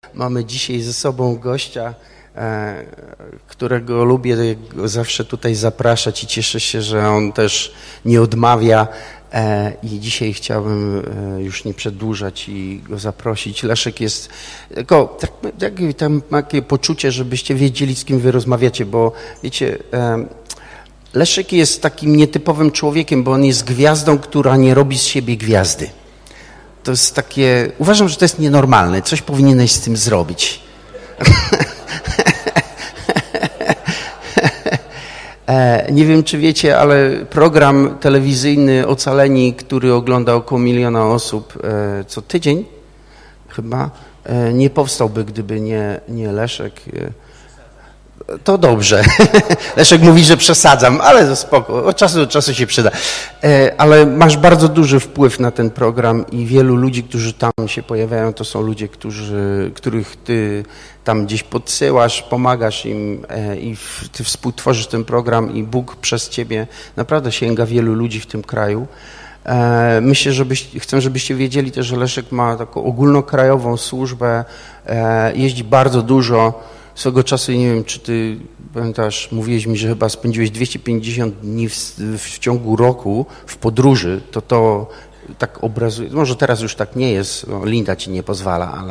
Mamy dzisiaj ze sobą gościa, którego lubię zawsze tutaj zapraszać i cieszę się, że on też nie odmawia i dzisiaj chciałbym już nie przedłużać i go zaprosić. Leszek jest, tylko tam takie poczucie, żebyście wiedzieli, z kim wy rozmawiacie, bo wiecie, Leszek jest takim nietypowym człowiekiem, bo on jest gwiazdą, która nie robi z siebie gwiazdy. To jest takie, uważam, że to jest nienormalne, coś powinieneś z tym zrobić. Nie wiem, czy wiecie, ale program telewizyjny Ocaleni, który ogląda około 1 miliona osób co tydzień chyba, nie powstałby, gdyby nie Leszek. To dobrze. Leszek mówi, że przesadzam, ale to spoko, od czasu do czasu się przyda. Ale masz bardzo duży wpływ na ten program i wielu ludzi, którzy tam się pojawiają, to są ludzie, których ty tam gdzieś podsyłasz, pomagasz im i ty współtworzysz ten program i Bóg przez ciebie naprawdę sięga wielu ludzi w tym kraju. Myślę, chcę, żebyście wiedzieli też, że Leszek ma taką ogólnokrajową służbę, jeździ bardzo dużo. Swego czasu, nie wiem, czy ty pamiętasz, mówiłeś mi, że chyba spędziłeś 250 dni w ciągu roku w podróży, to tak obrazuje, może teraz już tak nie jest, no, Linda ci nie pozwala,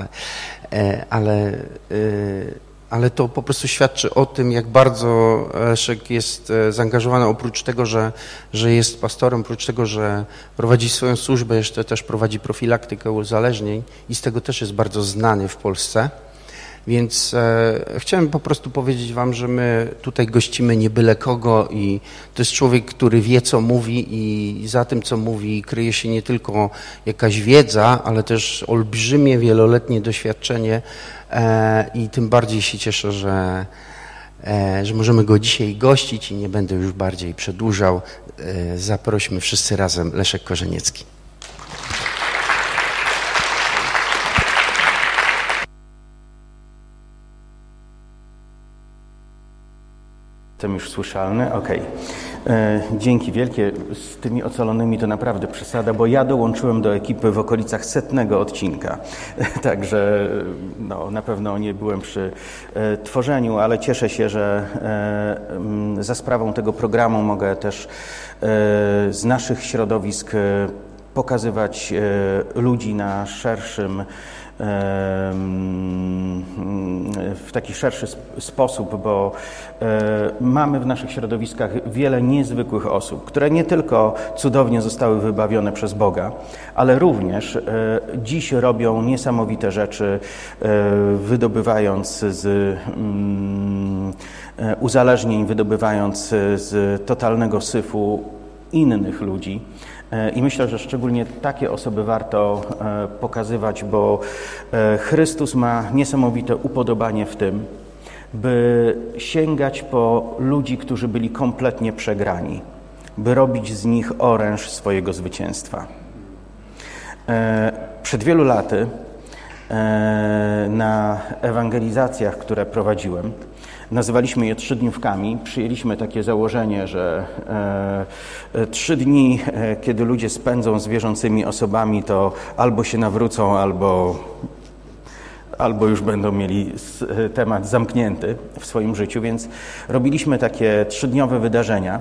ale to po prostu świadczy o tym, jak bardzo Leszek jest zaangażowany, oprócz tego, że jest pastorem, oprócz tego, że prowadzi swoją służbę, jeszcze też prowadzi profilaktykę uzależnień i z tego też jest bardzo znany w Polsce. Więc chciałem po prostu powiedzieć wam, że my tutaj gościmy nie byle kogo i to jest człowiek, który wie, co mówi i za tym, co mówi, kryje się nie tylko jakaś wiedza, ale też olbrzymie, wieloletnie doświadczenie i tym bardziej się cieszę, że możemy go dzisiaj gościć i nie będę już bardziej przedłużał. Zaprośmy wszyscy razem Leszek Korzeniecki. Jestem już słyszalny? Okej. Dzięki wielkie. Z tymi ocalonymi to naprawdę przesada, bo ja dołączyłem do ekipy w okolicach 100 odcinka. Także no, na pewno nie byłem przy tworzeniu, ale cieszę się, że za sprawą tego programu mogę też z naszych środowisk pokazywać ludzi na szerszym w taki szerszy sposób, bo mamy w naszych środowiskach wiele niezwykłych osób, które nie tylko cudownie zostały wybawione przez Boga, ale również dziś robią niesamowite rzeczy, wydobywając z uzależnień, wydobywając z totalnego syfu innych ludzi. I myślę, że szczególnie takie osoby warto pokazywać, bo Chrystus ma niesamowite upodobanie w tym, by sięgać po ludzi, którzy byli kompletnie przegrani, by robić z nich oręż swojego zwycięstwa. Przed wielu laty na ewangelizacjach, które prowadziłem, nazywaliśmy je 3-dniówkami. Przyjęliśmy takie założenie, że 3 dni, kiedy ludzie spędzą z wierzącymi osobami, to albo się nawrócą, albo już będą mieli temat zamknięty w swoim życiu, więc robiliśmy takie 3-dniowe wydarzenia.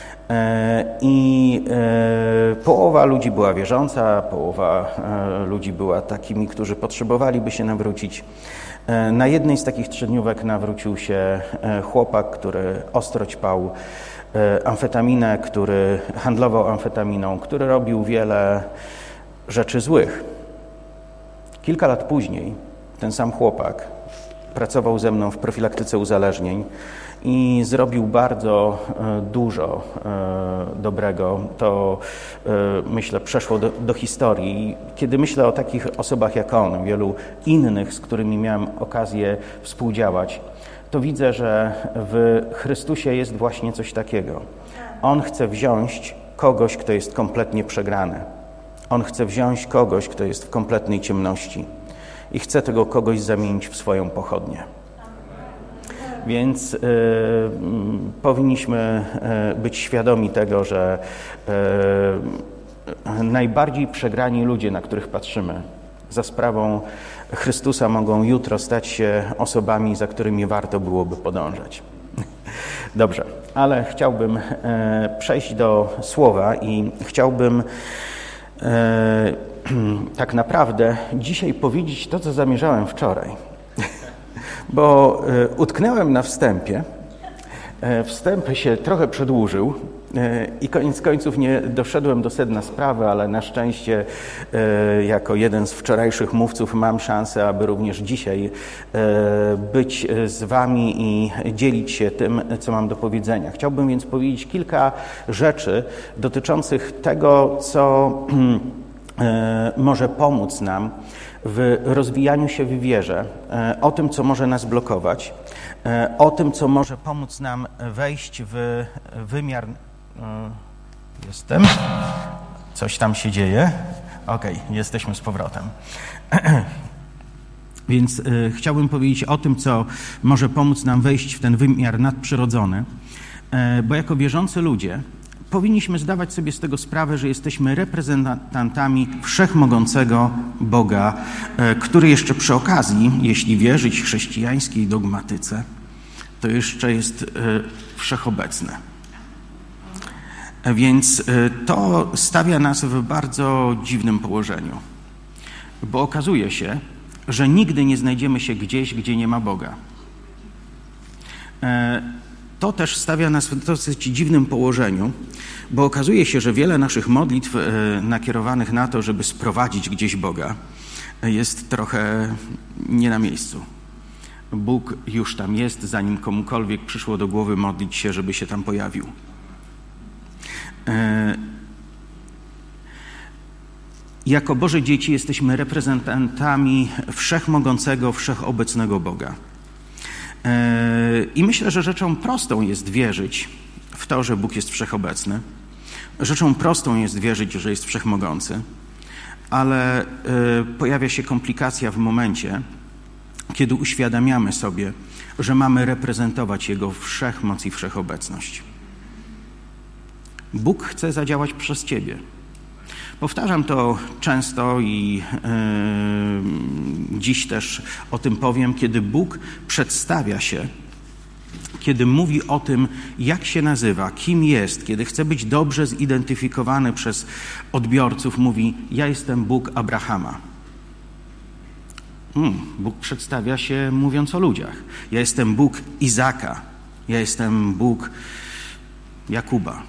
I połowa ludzi była wierząca, połowa ludzi była takimi, którzy potrzebowaliby się nawrócić. Na jednej z takich 3-dniówek nawrócił się chłopak, który ostro ćpał amfetaminę, który handlował amfetaminą, który robił wiele rzeczy złych. Kilka lat później ten sam chłopak pracował ze mną w profilaktyce uzależnień i zrobił bardzo dużo dobrego. To myślę przeszło do historii. Kiedy myślę o takich osobach jak on, wielu innych, z którymi miałem okazję współdziałać, to widzę, że w Chrystusie jest właśnie coś takiego. On chce wziąć kogoś, kto jest kompletnie przegrany. On chce wziąć kogoś, kto jest w kompletnej ciemności i chce tego kogoś zamienić w swoją pochodnię. Więc powinniśmy być świadomi tego, że najbardziej przegrani ludzie, na których patrzymy, za sprawą Chrystusa mogą jutro stać się osobami, za którymi warto byłoby podążać. Dobrze, ale chciałbym przejść do słowa i chciałbym tak naprawdę dzisiaj powiedzieć to, co zamierzałem wczoraj. Bo utknęłem na wstępie. Wstęp się trochę przedłużył i koniec końców nie doszedłem do sedna sprawy, ale na szczęście jako jeden z wczorajszych mówców mam szansę, aby również dzisiaj być z wami i dzielić się tym, co mam do powiedzenia. Chciałbym więc powiedzieć kilka rzeczy dotyczących tego, co może pomóc nam w rozwijaniu się w wierze, o tym, co może nas blokować, o tym, co może pomóc nam wejść w wymiar... Jestem? Coś tam się dzieje? Okej, jesteśmy z powrotem. Więc chciałbym powiedzieć o tym, co może pomóc nam wejść w ten wymiar nadprzyrodzony, bo jako wierzący ludzie powinniśmy zdawać sobie z tego sprawę, że jesteśmy reprezentantami wszechmogącego Boga, który jeszcze przy okazji, jeśli wierzyć chrześcijańskiej dogmatyce, to jeszcze jest wszechobecny. Więc to stawia nas w bardzo dziwnym położeniu, bo okazuje się, że nigdy nie znajdziemy się gdzieś, gdzie nie ma Boga. To też stawia nas w dosyć dziwnym położeniu, bo okazuje się, że wiele naszych modlitw nakierowanych na to, żeby sprowadzić gdzieś Boga, jest trochę nie na miejscu. Bóg już tam jest, zanim komukolwiek przyszło do głowy modlić się, żeby się tam pojawił. Jako Boże dzieci jesteśmy reprezentantami wszechmogącego, wszechobecnego Boga. I myślę, że rzeczą prostą jest wierzyć w to, że Bóg jest wszechobecny. Rzeczą prostą jest wierzyć, że jest wszechmogący, ale pojawia się komplikacja w momencie, kiedy uświadamiamy sobie, że mamy reprezentować Jego wszechmoc i wszechobecność. Bóg chce zadziałać przez ciebie. Powtarzam to często i dziś też o tym powiem, kiedy Bóg przedstawia się, kiedy mówi o tym, jak się nazywa, kim jest, kiedy chce być dobrze zidentyfikowany przez odbiorców, mówi: ja jestem Bóg Abrahama. Bóg przedstawia się mówiąc o ludziach. Ja jestem Bóg Izaka. Ja jestem Bóg Jakuba.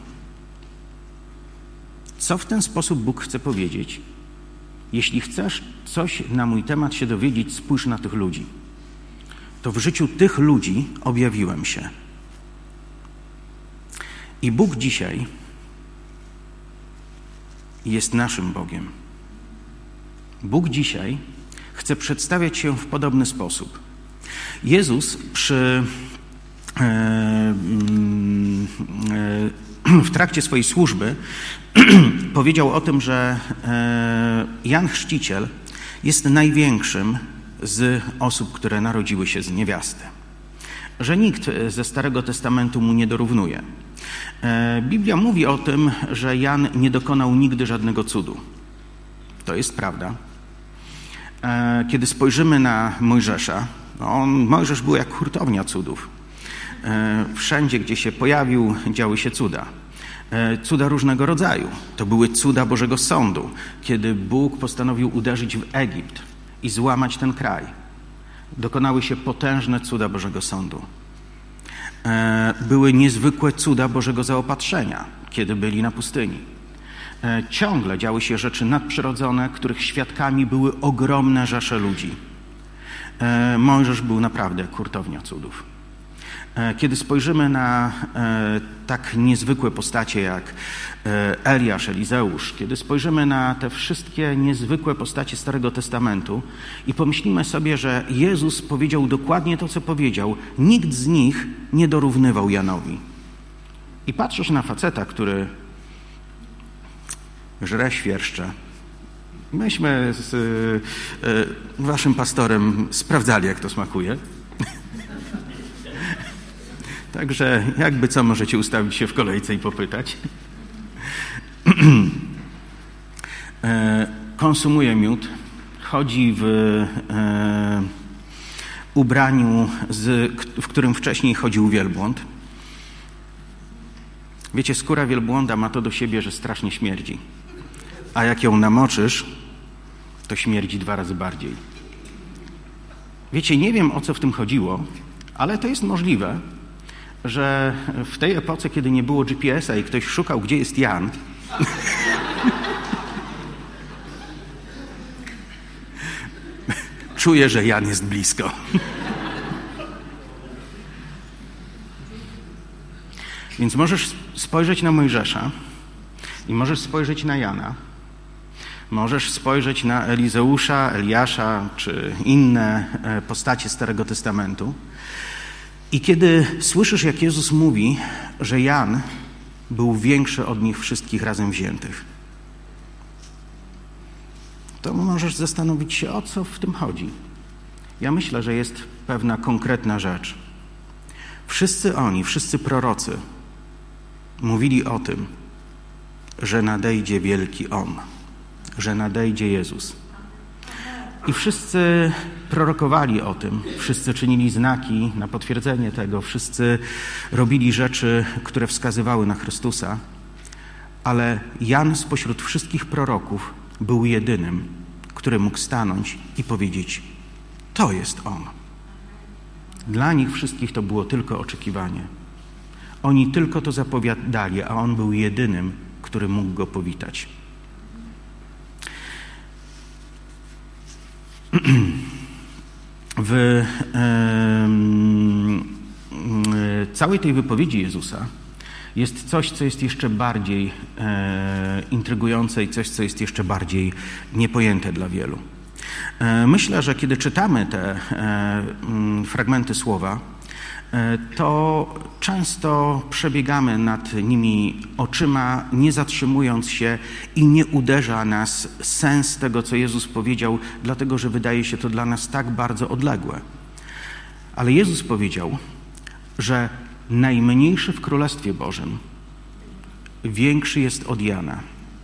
Co w ten sposób Bóg chce powiedzieć? Jeśli chcesz coś na mój temat się dowiedzieć, spójrz na tych ludzi. To w życiu tych ludzi objawiłem się. I Bóg dzisiaj jest naszym Bogiem. Bóg dzisiaj chce przedstawiać się w podobny sposób. Jezus w trakcie swojej służby powiedział o tym, że Jan Chrzciciel jest największym z osób, które narodziły się z niewiasty. Że nikt ze Starego Testamentu mu nie dorównuje. Biblia mówi o tym, że Jan nie dokonał nigdy żadnego cudu. To jest prawda. Kiedy spojrzymy na Mojżesza, Mojżesz był jak hurtownia cudów. Wszędzie, gdzie się pojawił, działy się cuda. Cuda różnego rodzaju. To były cuda Bożego Sądu, kiedy Bóg postanowił uderzyć w Egipt i złamać ten kraj. Dokonały się potężne cuda Bożego Sądu. Były niezwykłe cuda Bożego zaopatrzenia, kiedy byli na pustyni. Ciągle działy się rzeczy nadprzyrodzone, których świadkami były ogromne rzesze ludzi. Mojżesz był naprawdę jak hurtownia cudów. Kiedy spojrzymy na tak niezwykłe postacie jak Eliasz, Elizeusz, kiedy spojrzymy na te wszystkie niezwykłe postacie Starego Testamentu i pomyślimy sobie, że Jezus powiedział dokładnie to, co powiedział, nikt z nich nie dorównywał Janowi. I patrzysz na faceta, który żre świerszcze. Myśmy z waszym pastorem sprawdzali, jak to smakuje. Także jakby co, możecie ustawić się w kolejce i popytać. Konsumuje miód, chodzi w ubraniu, w którym wcześniej chodził wielbłąd. Wiecie, skóra wielbłąda ma to do siebie, że strasznie śmierdzi. A jak ją namoczysz, to śmierdzi 2 razy bardziej. Wiecie, nie wiem, o co w tym chodziło, ale to jest możliwe, że w tej epoce, kiedy nie było GPS-a i ktoś szukał, gdzie jest Jan, czuję, że Jan jest blisko. Więc możesz spojrzeć na Mojżesza i możesz spojrzeć na Jana. Możesz spojrzeć na Elizeusza, Eliasza czy inne postacie Starego Testamentu. I kiedy słyszysz, jak Jezus mówi, że Jan był większy od nich wszystkich razem wziętych, to możesz zastanowić się, o co w tym chodzi. Ja myślę, że jest pewna konkretna rzecz. Wszyscy prorocy mówili o tym, że nadejdzie wielki On, że nadejdzie Jezus. I wszyscy prorokowali o tym, wszyscy czynili znaki na potwierdzenie tego, wszyscy robili rzeczy, które wskazywały na Chrystusa, ale Jan spośród wszystkich proroków był jedynym, który mógł stanąć i powiedzieć: to jest On. Dla nich wszystkich to było tylko oczekiwanie. Oni tylko to zapowiadali, a On był jedynym, który mógł Go powitać. W całej tej wypowiedzi Jezusa jest coś, co jest jeszcze bardziej intrygujące i coś, co jest jeszcze bardziej niepojęte dla wielu. Myślę, że kiedy czytamy te fragmenty słowa, to często przebiegamy nad nimi oczyma, nie zatrzymując się, i nie uderza nas sens tego, co Jezus powiedział, dlatego że wydaje się to dla nas tak bardzo odległe. Ale Jezus powiedział, że najmniejszy w Królestwie Bożym większy jest od Jana.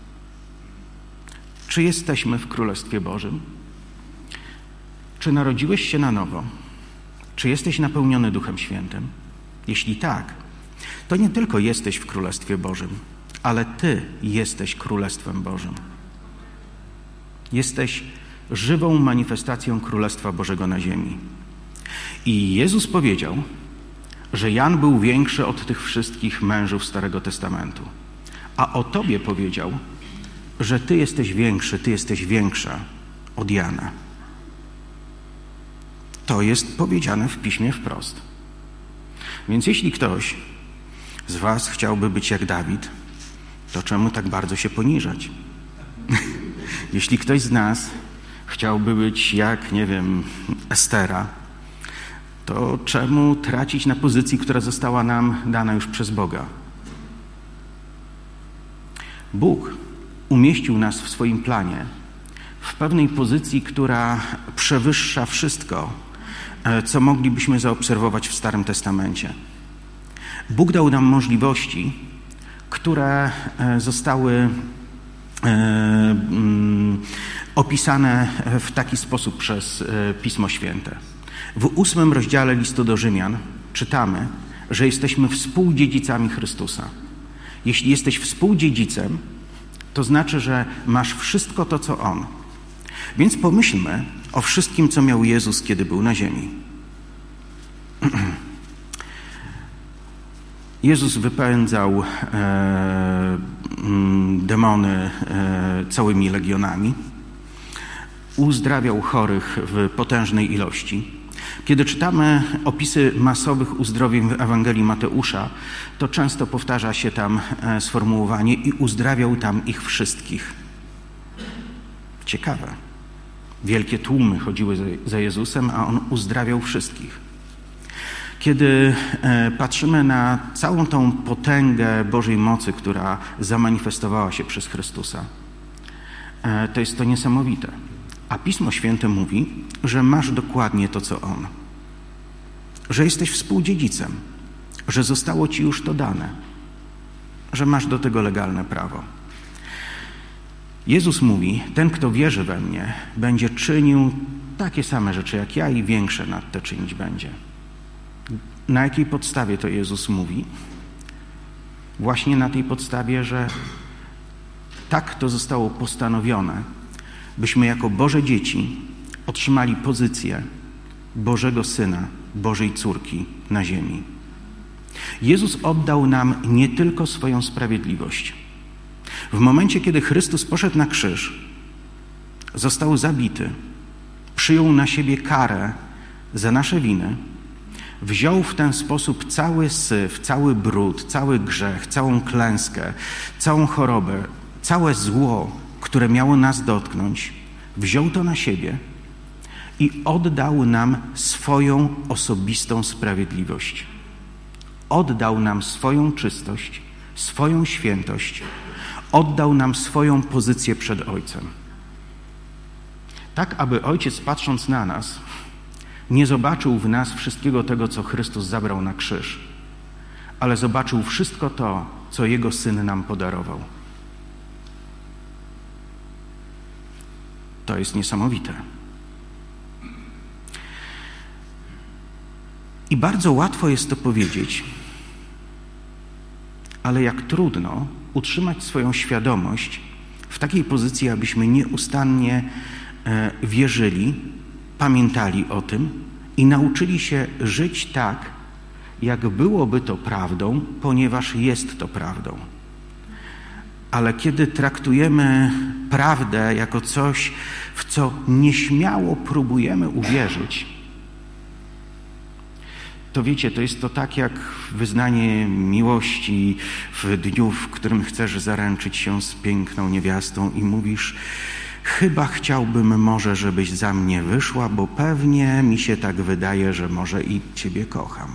Czy jesteśmy w Królestwie Bożym? Czy narodziłeś się na nowo? Czy jesteś napełniony Duchem Świętym? Jeśli tak, to nie tylko jesteś w Królestwie Bożym, ale Ty jesteś Królestwem Bożym. Jesteś żywą manifestacją Królestwa Bożego na ziemi. I Jezus powiedział, że Jan był większy od tych wszystkich mężów Starego Testamentu. A o Tobie powiedział, że Ty jesteś większy, Ty jesteś większa od Jana. To jest powiedziane w Piśmie wprost. Więc jeśli ktoś z was chciałby być jak Dawid, to czemu tak bardzo się poniżać? Jeśli ktoś z nas chciałby być jak, nie wiem, Estera, to czemu tracić na pozycji, która została nam dana już przez Boga? Bóg umieścił nas w swoim planie w pewnej pozycji, która przewyższa wszystko, co moglibyśmy zaobserwować w Starym Testamencie. Bóg dał nam możliwości, które zostały opisane w taki sposób przez Pismo Święte. W 8 rozdziale listu do Rzymian czytamy, że jesteśmy współdziedzicami Chrystusa. Jeśli jesteś współdziedzicem, to znaczy, że masz wszystko to, co On. Więc pomyślmy o wszystkim, co miał Jezus, kiedy był na ziemi. Jezus wypędzał demony całymi legionami, uzdrawiał chorych w potężnej ilości. Kiedy czytamy opisy masowych uzdrowień w Ewangelii Mateusza, to często powtarza się tam sformułowanie: i uzdrawiał tam ich wszystkich. Ciekawe. Wielkie tłumy chodziły za Jezusem, a On uzdrawiał wszystkich. Kiedy patrzymy na całą tą potęgę Bożej mocy, która zamanifestowała się przez Chrystusa, to jest to niesamowite. A Pismo Święte mówi, że masz dokładnie to, co On. Że jesteś współdziedzicem, że zostało ci już to dane, że masz do tego legalne prawo. Jezus mówi, ten, kto wierzy we mnie, będzie czynił takie same rzeczy jak ja i większe nad te czynić będzie. Na jakiej podstawie to Jezus mówi? Właśnie na tej podstawie, że tak to zostało postanowione, byśmy jako Boże dzieci otrzymali pozycję Bożego Syna, Bożej córki na ziemi. Jezus oddał nam nie tylko swoją sprawiedliwość. W momencie, kiedy Chrystus poszedł na krzyż, został zabity, przyjął na siebie karę za nasze winy, wziął w ten sposób cały syf, cały brud, cały grzech, całą klęskę, całą chorobę, całe zło, które miało nas dotknąć, wziął to na siebie i oddał nam swoją osobistą sprawiedliwość. Oddał nam swoją czystość, swoją świętość, oddał nam swoją pozycję przed Ojcem. Tak, aby Ojciec, patrząc na nas, nie zobaczył w nas wszystkiego tego, co Chrystus zabrał na krzyż, ale zobaczył wszystko to, co Jego Syn nam podarował. To jest niesamowite. I bardzo łatwo jest to powiedzieć, ale jak trudno utrzymać swoją świadomość w takiej pozycji, abyśmy nieustannie wierzyli, pamiętali o tym i nauczyli się żyć tak, jak byłoby to prawdą, ponieważ jest to prawdą. Ale kiedy traktujemy prawdę jako coś, w co nieśmiało próbujemy uwierzyć, to wiecie, to jest to tak jak wyznanie miłości w dniu, w którym chcesz zaręczyć się z piękną niewiastą i mówisz: chyba chciałbym może, żebyś za mnie wyszła, bo pewnie mi się tak wydaje, że może i ciebie kocham.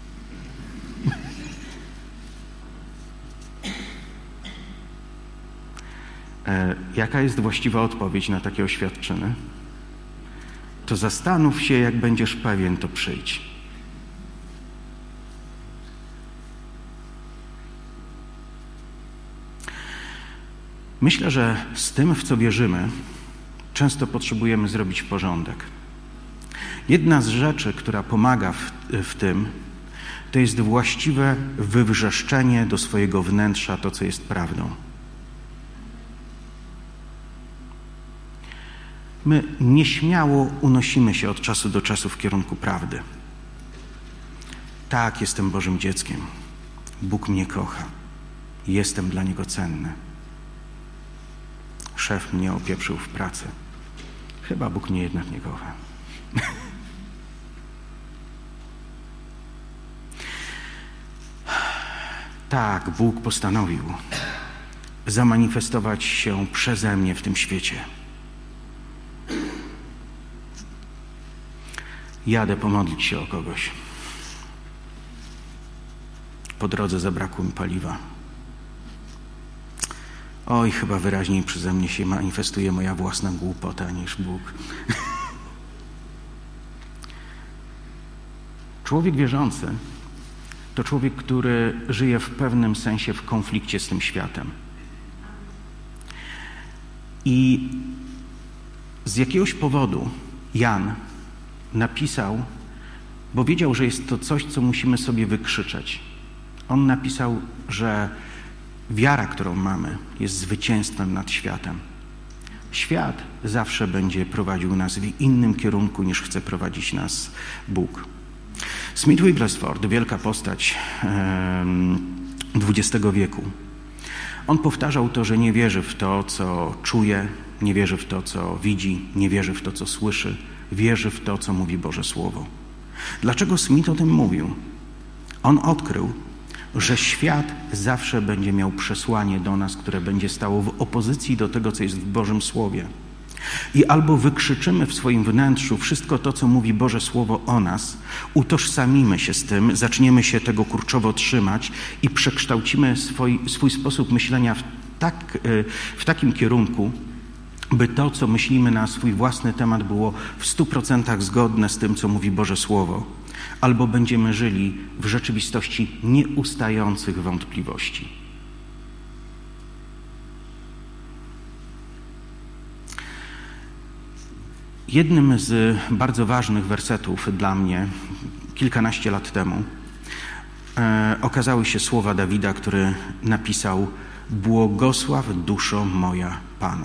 Jaka jest właściwa odpowiedź na takie oświadczyny? To zastanów się, jak będziesz pewien, to przyjdź. Myślę, że z tym, w co wierzymy, często potrzebujemy zrobić porządek. Jedna z rzeczy, która pomaga w tym, to jest właściwe wywrzeszczenie do swojego wnętrza to, co jest prawdą. My nieśmiało unosimy się od czasu do czasu w kierunku prawdy. Tak, jestem Bożym dzieckiem. Bóg mnie kocha. Jestem dla Niego cenny. Szef mnie opieprzył w pracy. Chyba Bóg mnie jednak nie kocha. Tak, Bóg postanowił zamanifestować się przeze mnie w tym świecie. Jadę pomodlić się o kogoś. Po drodze zabrakło mi paliwa. Oj, chyba wyraźniej przeze mnie się manifestuje moja własna głupota niż Bóg. Człowiek wierzący to człowiek, który żyje w pewnym sensie w konflikcie z tym światem. I z jakiegoś powodu Jan napisał, bo wiedział, że jest to coś, co musimy sobie wykrzyczeć. On napisał, że wiara, którą mamy, jest zwycięstwem nad światem. Świat zawsze będzie prowadził nas w innym kierunku, niż chce prowadzić nas Bóg. Smith Wigglesworth, wielka postać XX wieku, on powtarzał to, że nie wierzy w to, co czuje, nie wierzy w to, co widzi, nie wierzy w to, co słyszy, wierzy w to, co mówi Boże Słowo. Dlaczego Smith o tym mówił? On odkrył, że świat zawsze będzie miał przesłanie do nas, które będzie stało w opozycji do tego, co jest w Bożym Słowie. I albo wykrzyczymy w swoim wnętrzu wszystko to, co mówi Boże Słowo o nas, utożsamimy się z tym, zaczniemy się tego kurczowo trzymać i przekształcimy swój sposób myślenia w takim kierunku, by to, co myślimy na swój własny temat, było w 100% zgodne z tym, co mówi Boże Słowo. Albo będziemy żyli w rzeczywistości nieustających wątpliwości. Jednym z bardzo ważnych wersetów dla mnie kilkanaście lat temu okazały się słowa Dawida, który napisał: błogosław duszo moja Panu.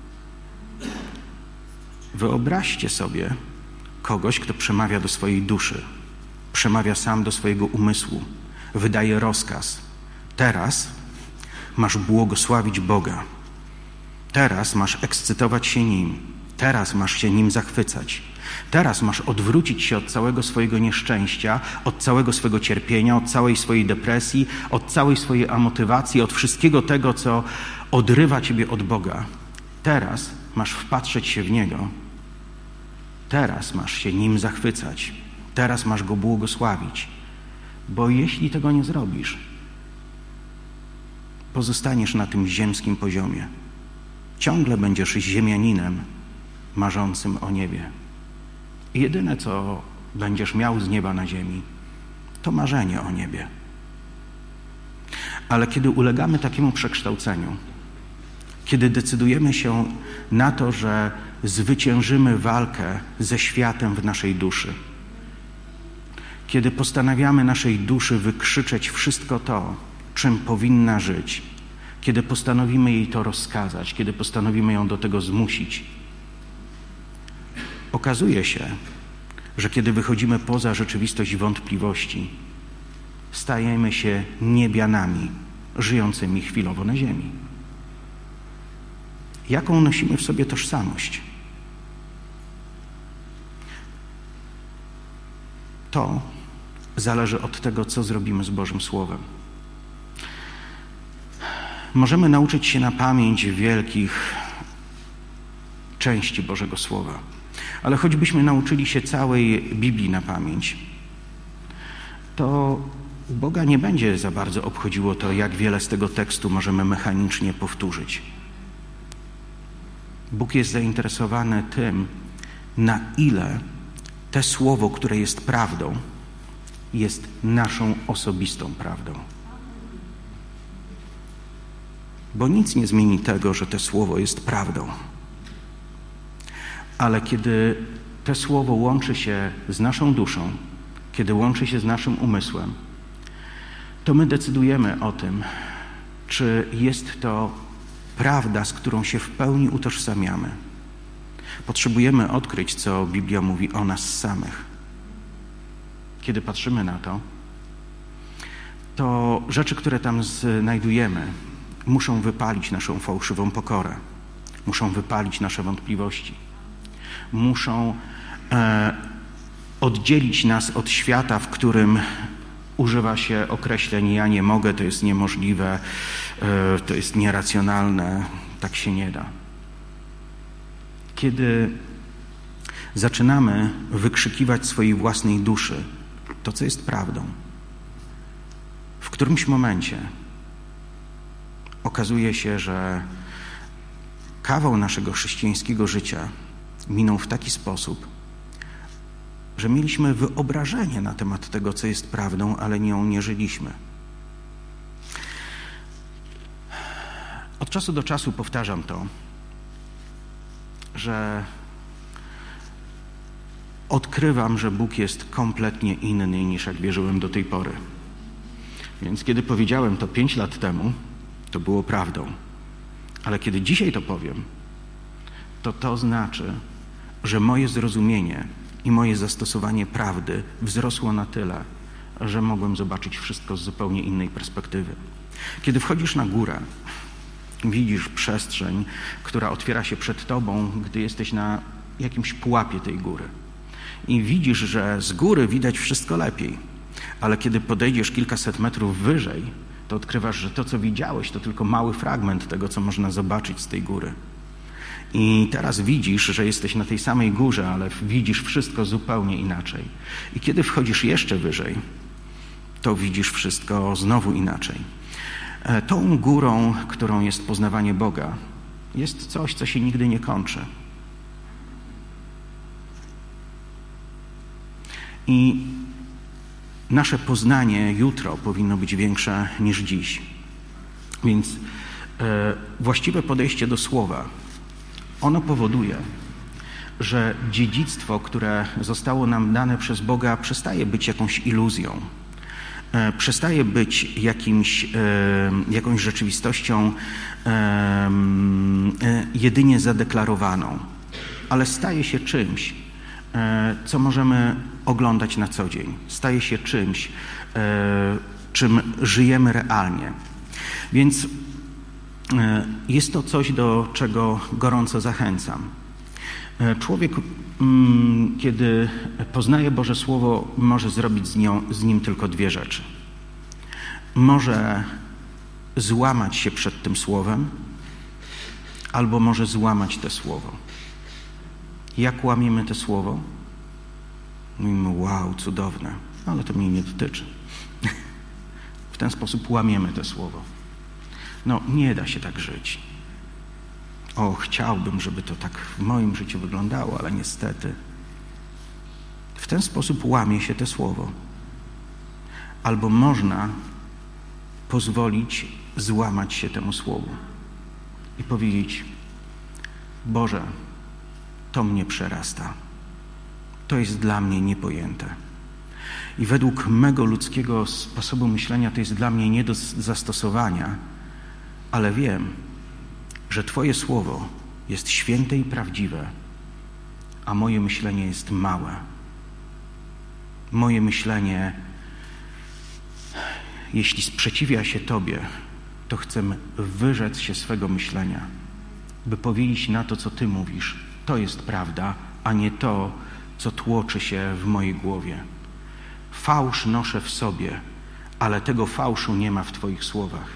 Wyobraźcie sobie kogoś, kto przemawia do swojej duszy, przemawia sam do swojego umysłu, wydaje rozkaz. Teraz masz błogosławić Boga. Teraz masz ekscytować się Nim. Teraz masz się Nim zachwycać. Teraz masz odwrócić się od całego swojego nieszczęścia, od całego swojego cierpienia, od całej swojej depresji, od całej swojej amotywacji, od wszystkiego tego, co odrywa ciebie od Boga. Teraz masz wpatrzeć się w Niego. Teraz masz się Nim zachwycać. Teraz masz Go błogosławić. Bo jeśli tego nie zrobisz, pozostaniesz na tym ziemskim poziomie. Ciągle będziesz ziemianinem marzącym o niebie. I jedyne, co będziesz miał z nieba na ziemi, to marzenie o niebie. Ale kiedy ulegamy takiemu przekształceniu, kiedy decydujemy się na to, że zwyciężymy walkę ze światem w naszej duszy, kiedy postanawiamy naszej duszy wykrzyczeć wszystko to, czym powinna żyć, kiedy postanowimy jej to rozkazać, kiedy postanowimy ją do tego zmusić, okazuje się, że kiedy wychodzimy poza rzeczywistość wątpliwości, stajemy się niebianami żyjącymi chwilowo na ziemi. Jaką nosimy w sobie tożsamość? To zależy od tego, co zrobimy z Bożym Słowem. Możemy nauczyć się na pamięć wielkich części Bożego Słowa, ale choćbyśmy nauczyli się całej Biblii na pamięć, to Boga nie będzie za bardzo obchodziło to, jak wiele z tego tekstu możemy mechanicznie powtórzyć. Bóg jest zainteresowany tym, na ile to słowo, które jest prawdą, jest naszą osobistą prawdą. Bo nic nie zmieni tego, że to słowo jest prawdą. Ale kiedy to słowo łączy się z naszą duszą, kiedy łączy się z naszym umysłem, to my decydujemy o tym, czy jest to prawda, z którą się w pełni utożsamiamy. Potrzebujemy odkryć, co Biblia mówi o nas samych. Kiedy patrzymy na to, to rzeczy, które tam znajdujemy, muszą wypalić naszą fałszywą pokorę, muszą wypalić nasze wątpliwości, muszą oddzielić nas od świata, w którym używa się określeń: ja nie mogę, to jest niemożliwe, to jest nieracjonalne, tak się nie da. Kiedy zaczynamy wykrzykiwać swojej własnej duszy to, co jest prawdą, w którymś momencie okazuje się, że kawał naszego chrześcijańskiego życia minął w taki sposób, że mieliśmy wyobrażenie na temat tego, co jest prawdą, ale nią nie żyliśmy. Od czasu do czasu powtarzam to, że odkrywam, że Bóg jest kompletnie inny niż jak wierzyłem do tej pory. Więc kiedy powiedziałem to 5 lat temu, to było prawdą. Ale kiedy dzisiaj to powiem, to znaczy, że moje zrozumienie i moje zastosowanie prawdy wzrosło na tyle, że mogłem zobaczyć wszystko z zupełnie innej perspektywy. Kiedy wchodzisz na górę, widzisz przestrzeń, która otwiera się przed tobą, gdy jesteś na jakimś pułapie tej góry. I widzisz, że z góry widać wszystko lepiej. Ale kiedy podejdziesz kilkaset metrów wyżej, to odkrywasz, że to, co widziałeś, to tylko mały fragment tego, co można zobaczyć z tej góry. I teraz widzisz, że jesteś na tej samej górze, ale widzisz wszystko zupełnie inaczej. I kiedy wchodzisz jeszcze wyżej, to widzisz wszystko znowu inaczej. Tą górą, którą jest poznawanie Boga, jest coś, co się nigdy nie kończy. I nasze poznanie jutro powinno być większe niż dziś. Więc właściwe podejście do słowa, ono powoduje, że dziedzictwo, które zostało nam dane przez Boga, przestaje być jakąś iluzją. Przestaje być jakąś rzeczywistością jedynie zadeklarowaną, ale staje się czymś, co możemy oglądać na co dzień. Staje się czymś, czym żyjemy realnie. Więc jest to coś, do czego gorąco zachęcam. Człowiek, kiedy poznaje Boże Słowo, może zrobić z nim tylko dwie rzeczy. Może złamać się przed tym Słowem, albo może złamać to Słowo. Jak łamiemy to Słowo? Mówimy, wow, cudowne, ale to mnie nie dotyczy. W ten sposób łamiemy to Słowo. No, nie da się tak żyć. O, chciałbym, żeby to tak w moim życiu wyglądało, ale niestety. W ten sposób łamie się to Słowo. Albo można pozwolić złamać się temu Słowu i powiedzieć, Boże, to mnie przerasta. To jest dla mnie niepojęte. I według mego ludzkiego sposobu myślenia to jest dla mnie nie do zastosowania, ale wiem, że Twoje Słowo jest święte i prawdziwe, a moje myślenie jest małe. Moje myślenie, jeśli sprzeciwia się Tobie, to chcę wyrzec się swego myślenia, by powiedzieć na to, co Ty mówisz. To jest prawda, a nie to, co tłoczy się w mojej głowie. Fałsz noszę w sobie, ale tego fałszu nie ma w Twoich słowach.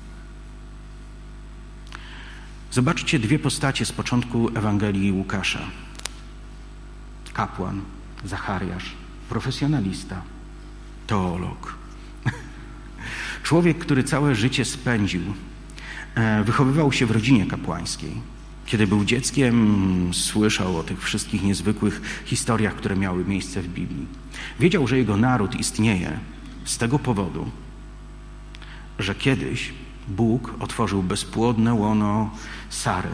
Zobaczcie dwie postacie z początku Ewangelii Łukasza. Kapłan, Zachariasz, profesjonalista, teolog. Człowiek, który całe życie spędził, wychowywał się w rodzinie kapłańskiej. Kiedy był dzieckiem, słyszał o tych wszystkich niezwykłych historiach, które miały miejsce w Biblii. Wiedział, że jego naród istnieje z tego powodu, że kiedyś Bóg otworzył bezpłodne łono Sary.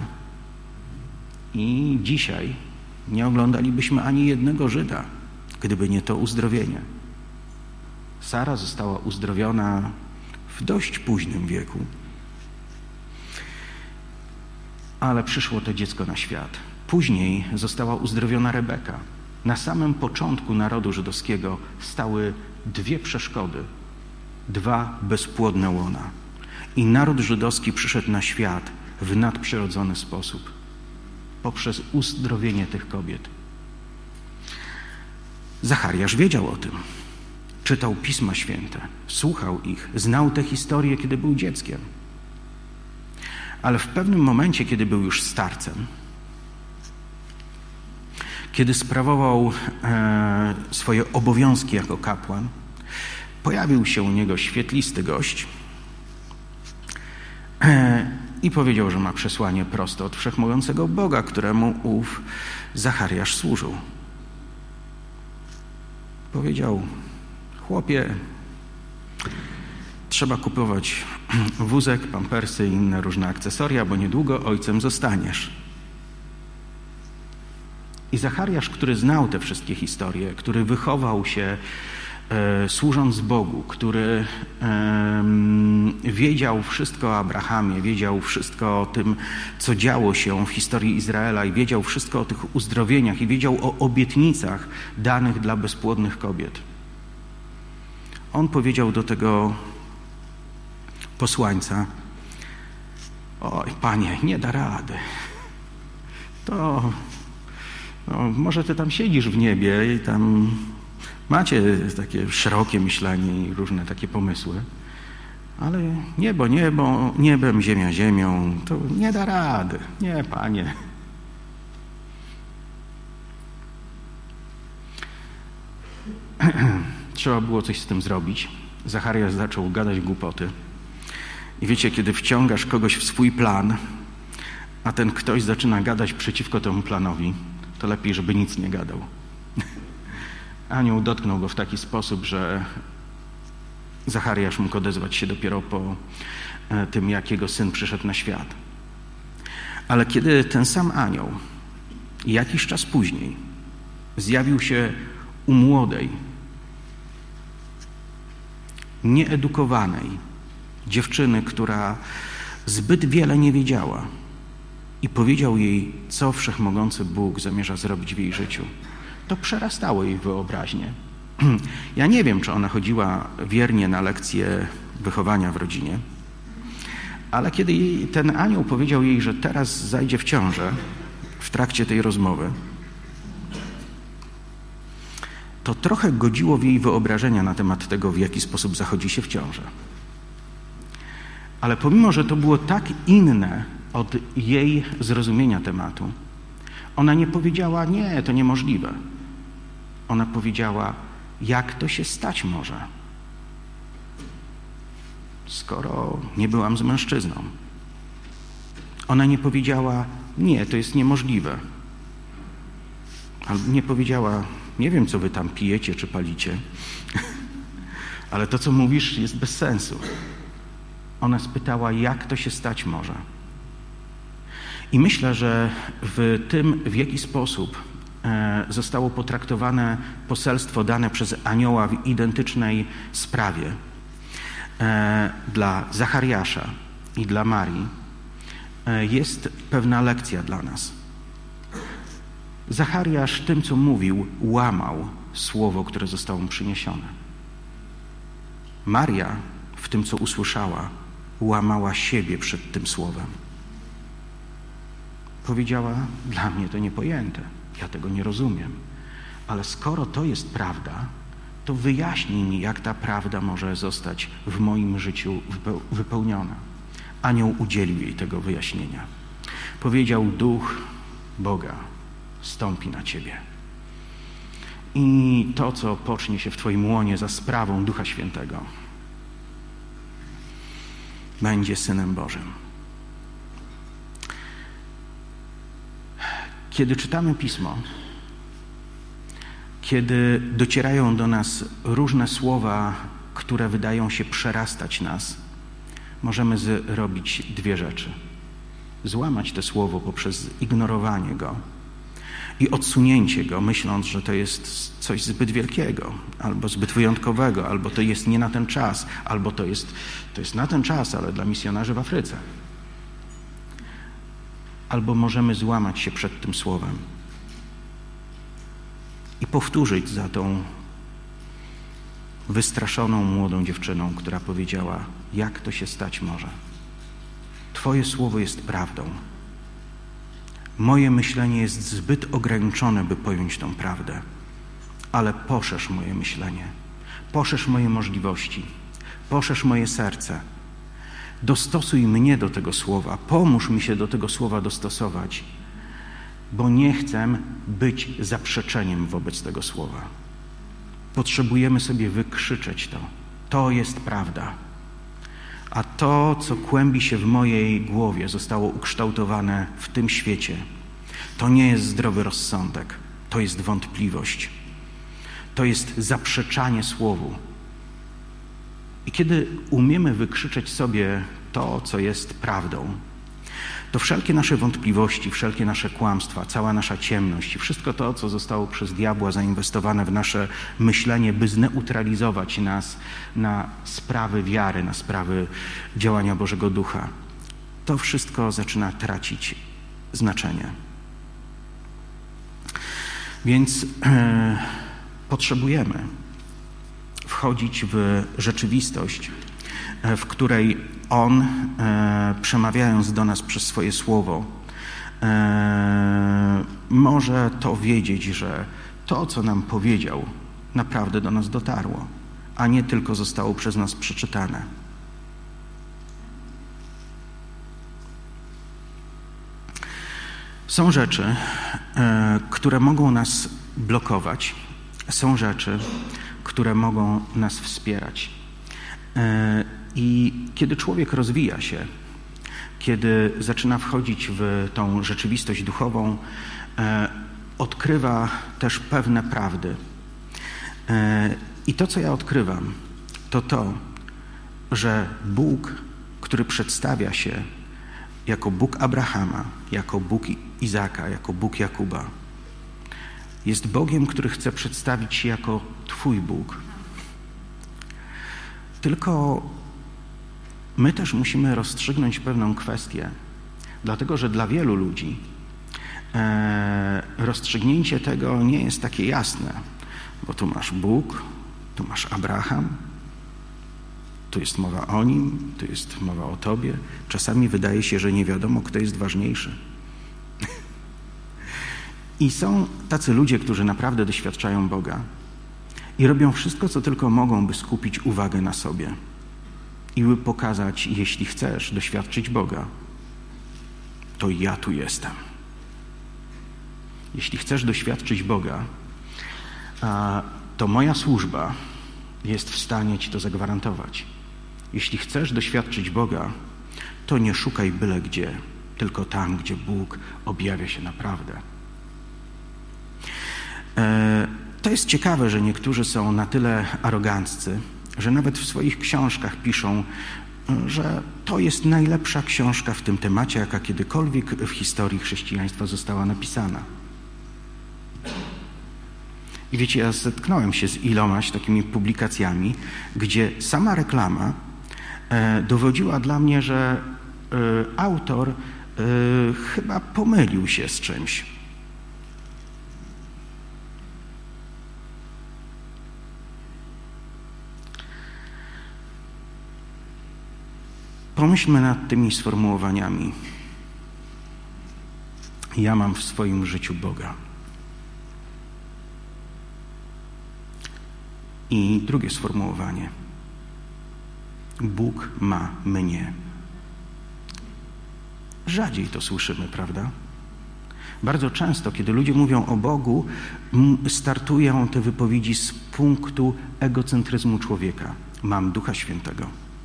I dzisiaj nie oglądalibyśmy ani jednego Żyda, gdyby nie to uzdrowienie. Sara została uzdrowiona w dość późnym wieku, ale przyszło to dziecko na świat. Później została uzdrowiona Rebeka. Na samym początku narodu żydowskiego stały dwie przeszkody, dwa bezpłodne łona. I naród żydowski przyszedł na świat w nadprzyrodzony sposób, poprzez uzdrowienie tych kobiet. Zachariasz wiedział o tym. Czytał Pisma Święte, słuchał ich, znał te historie, kiedy był dzieckiem. Ale w pewnym momencie, kiedy był już starcem, kiedy sprawował swoje obowiązki jako kapłan, pojawił się u niego świetlisty gość i powiedział, że ma przesłanie prosto od Wszechmogącego Boga, któremu ów Zachariasz służył. Powiedział, chłopie, trzeba kupować wózek, pampersy i inne różne akcesoria, bo niedługo ojcem zostaniesz. I Zachariasz, który znał te wszystkie historie, który wychował się służąc Bogu, który wiedział wszystko o Abrahamie, wiedział wszystko o tym, co działo się w historii Izraela i wiedział wszystko o tych uzdrowieniach i wiedział o obietnicach danych dla bezpłodnych kobiet. On powiedział do tego posłańca, oj, Panie, nie da rady. To może Ty tam siedzisz w niebie i tam macie takie szerokie myślenie i różne takie pomysły, ale niebo niebem, ziemia ziemią, to nie da rady. Nie, Panie. Trzeba było coś z tym zrobić. Zachariasz zaczął gadać głupoty. I wiecie, kiedy wciągasz kogoś w swój plan, a ten ktoś zaczyna gadać przeciwko temu planowi, to lepiej, żeby nic nie gadał. Anioł dotknął go w taki sposób, że Zachariasz mógł odezwać się dopiero po tym, jak jego syn przyszedł na świat. Ale kiedy ten sam anioł I jakiś czas później zjawił się u młodej, nieedukowanej dziewczyny, która zbyt wiele nie wiedziała, i powiedział jej, co Wszechmogący Bóg zamierza zrobić w jej życiu. To przerastało jej wyobraźnię. Ja nie wiem, czy ona chodziła wiernie na lekcje wychowania w rodzinie, ale kiedy ten anioł powiedział jej, że teraz zajdzie w ciążę w trakcie tej rozmowy, to trochę godziło w jej wyobrażenia na temat tego, w jaki sposób zachodzi się w ciążę. Ale pomimo, że to było tak inne od jej zrozumienia tematu, ona nie powiedziała, nie, to niemożliwe. Ona powiedziała, jak to się stać może, skoro nie byłam z mężczyzną. Ona nie powiedziała, nie, to jest niemożliwe. Albo nie powiedziała, nie wiem, co wy tam pijecie czy palicie, ale to, co mówisz, jest bez sensu. Ona spytała, jak to się stać może. I myślę, że w tym, w jaki sposób zostało potraktowane poselstwo dane przez anioła w identycznej sprawie dla Zachariasza i dla Marii, jest pewna lekcja dla nas. Zachariasz tym, co mówił, łamał słowo, które zostało mu przyniesione. Maria w tym, co usłyszała, łamała siebie przed tym słowem. Powiedziała, dla mnie to niepojęte, ja tego nie rozumiem, ale skoro to jest prawda, to wyjaśnij mi, jak ta prawda może zostać w moim życiu wypełniona. Anioł udzielił jej tego wyjaśnienia. Powiedział, Duch Boga stąpi na ciebie. I to, co pocznie się w twoim łonie za sprawą Ducha Świętego, będzie Synem Bożym. Kiedy czytamy Pismo, kiedy docierają do nas różne słowa, które wydają się przerastać nas, możemy zrobić dwie rzeczy. Złamać to słowo poprzez ignorowanie go i odsunięcie go, myśląc, że to jest coś zbyt wielkiego, albo zbyt wyjątkowego, albo to jest nie na ten czas, albo to jest na ten czas, ale dla misjonarzy w Afryce. Albo możemy złamać się przed tym słowem i powtórzyć za tą wystraszoną młodą dziewczyną, która powiedziała, jak to się stać może. Twoje słowo jest prawdą. Moje myślenie jest zbyt ograniczone, by pojąć tą prawdę, ale poszerz moje myślenie, poszerz moje możliwości, poszerz moje serce. Dostosuj mnie do tego słowa, pomóż mi się do tego słowa dostosować, bo nie chcę być zaprzeczeniem wobec tego słowa. Potrzebujemy sobie wykrzyczeć to. To jest prawda. A to, co kłębi się w mojej głowie, zostało ukształtowane w tym świecie. To nie jest zdrowy rozsądek, to jest wątpliwość. To jest zaprzeczanie słowu. I kiedy umiemy wykrzyczeć sobie to, co jest prawdą, to wszelkie nasze wątpliwości, wszelkie nasze kłamstwa, cała nasza ciemność i wszystko to, co zostało przez diabła zainwestowane w nasze myślenie, by zneutralizować nas na sprawy wiary, na sprawy działania Bożego Ducha, to wszystko zaczyna tracić znaczenie. Więc potrzebujemy wchodzić w rzeczywistość, w której On, przemawiając do nas przez swoje słowo, może to wiedzieć, że to, co nam powiedział, naprawdę do nas dotarło, a nie tylko zostało przez nas przeczytane. Są rzeczy, które mogą nas blokować, są rzeczy, które mogą nas wspierać. I kiedy człowiek rozwija się, kiedy zaczyna wchodzić w tą rzeczywistość duchową, odkrywa też pewne prawdy. I to, co ja odkrywam, to to, że Bóg, który przedstawia się jako Bóg Abrahama, jako Bóg Izaka, jako Bóg Jakuba. Jest Bogiem, który chce przedstawić się jako Twój Bóg. Tylko my też musimy rozstrzygnąć pewną kwestię, dlatego że dla wielu ludzi rozstrzygnięcie tego nie jest takie jasne, bo tu masz Bóg, tu masz Abraham, tu jest mowa o nim, tu jest mowa o tobie. Czasami wydaje się, że nie wiadomo, kto jest ważniejszy. I są tacy ludzie, którzy naprawdę doświadczają Boga i robią wszystko, co tylko mogą, by skupić uwagę na sobie i by pokazać, jeśli chcesz doświadczyć Boga, to ja tu jestem. Jeśli chcesz doświadczyć Boga, to moja służba jest w stanie ci to zagwarantować. Jeśli chcesz doświadczyć Boga, to nie szukaj byle gdzie, tylko tam, gdzie Bóg objawia się naprawdę. To jest ciekawe, że niektórzy są na tyle aroganccy, że nawet w swoich książkach piszą, że to jest najlepsza książka w tym temacie, jaka kiedykolwiek w historii chrześcijaństwa została napisana. I wiecie, ja zetknąłem się z ilomaś takimi publikacjami, gdzie sama reklama dowodziła dla mnie, że autor chyba pomylił się z czymś. Pomyślmy nad tymi sformułowaniami. Ja mam w swoim życiu Boga. I drugie sformułowanie. Bóg ma mnie. Rzadziej to słyszymy, prawda? Bardzo często, kiedy ludzie mówią o Bogu, startują te wypowiedzi z punktu egocentryzmu człowieka. Mam Ducha Świętego.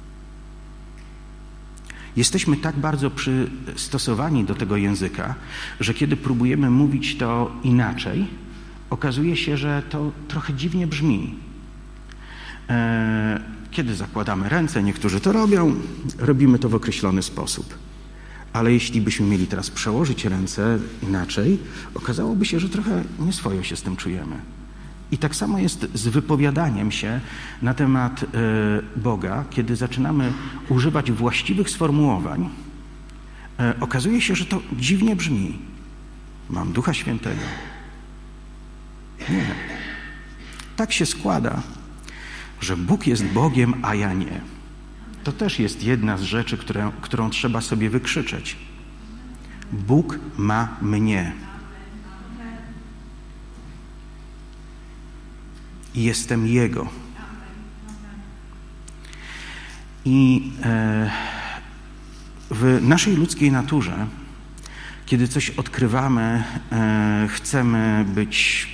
Jesteśmy tak bardzo przystosowani do tego języka, że kiedy próbujemy mówić to inaczej, okazuje się, że to trochę dziwnie brzmi. Kiedy zakładamy ręce, niektórzy to robią, robimy to w określony sposób. Ale jeśli byśmy mieli teraz przełożyć ręce inaczej, okazałoby się, że trochę nieswojo się z tym czujemy. I tak samo jest z wypowiadaniem się na temat Boga, kiedy zaczynamy używać właściwych sformułowań, okazuje się, że to dziwnie brzmi. Mam Ducha Świętego. Nie. Tak się składa, że Bóg jest Bogiem, a ja nie. To też jest jedna z rzeczy, którą trzeba sobie wykrzyczeć. Bóg ma mnie. I jestem Jego. I w naszej ludzkiej naturze, kiedy coś odkrywamy, chcemy być...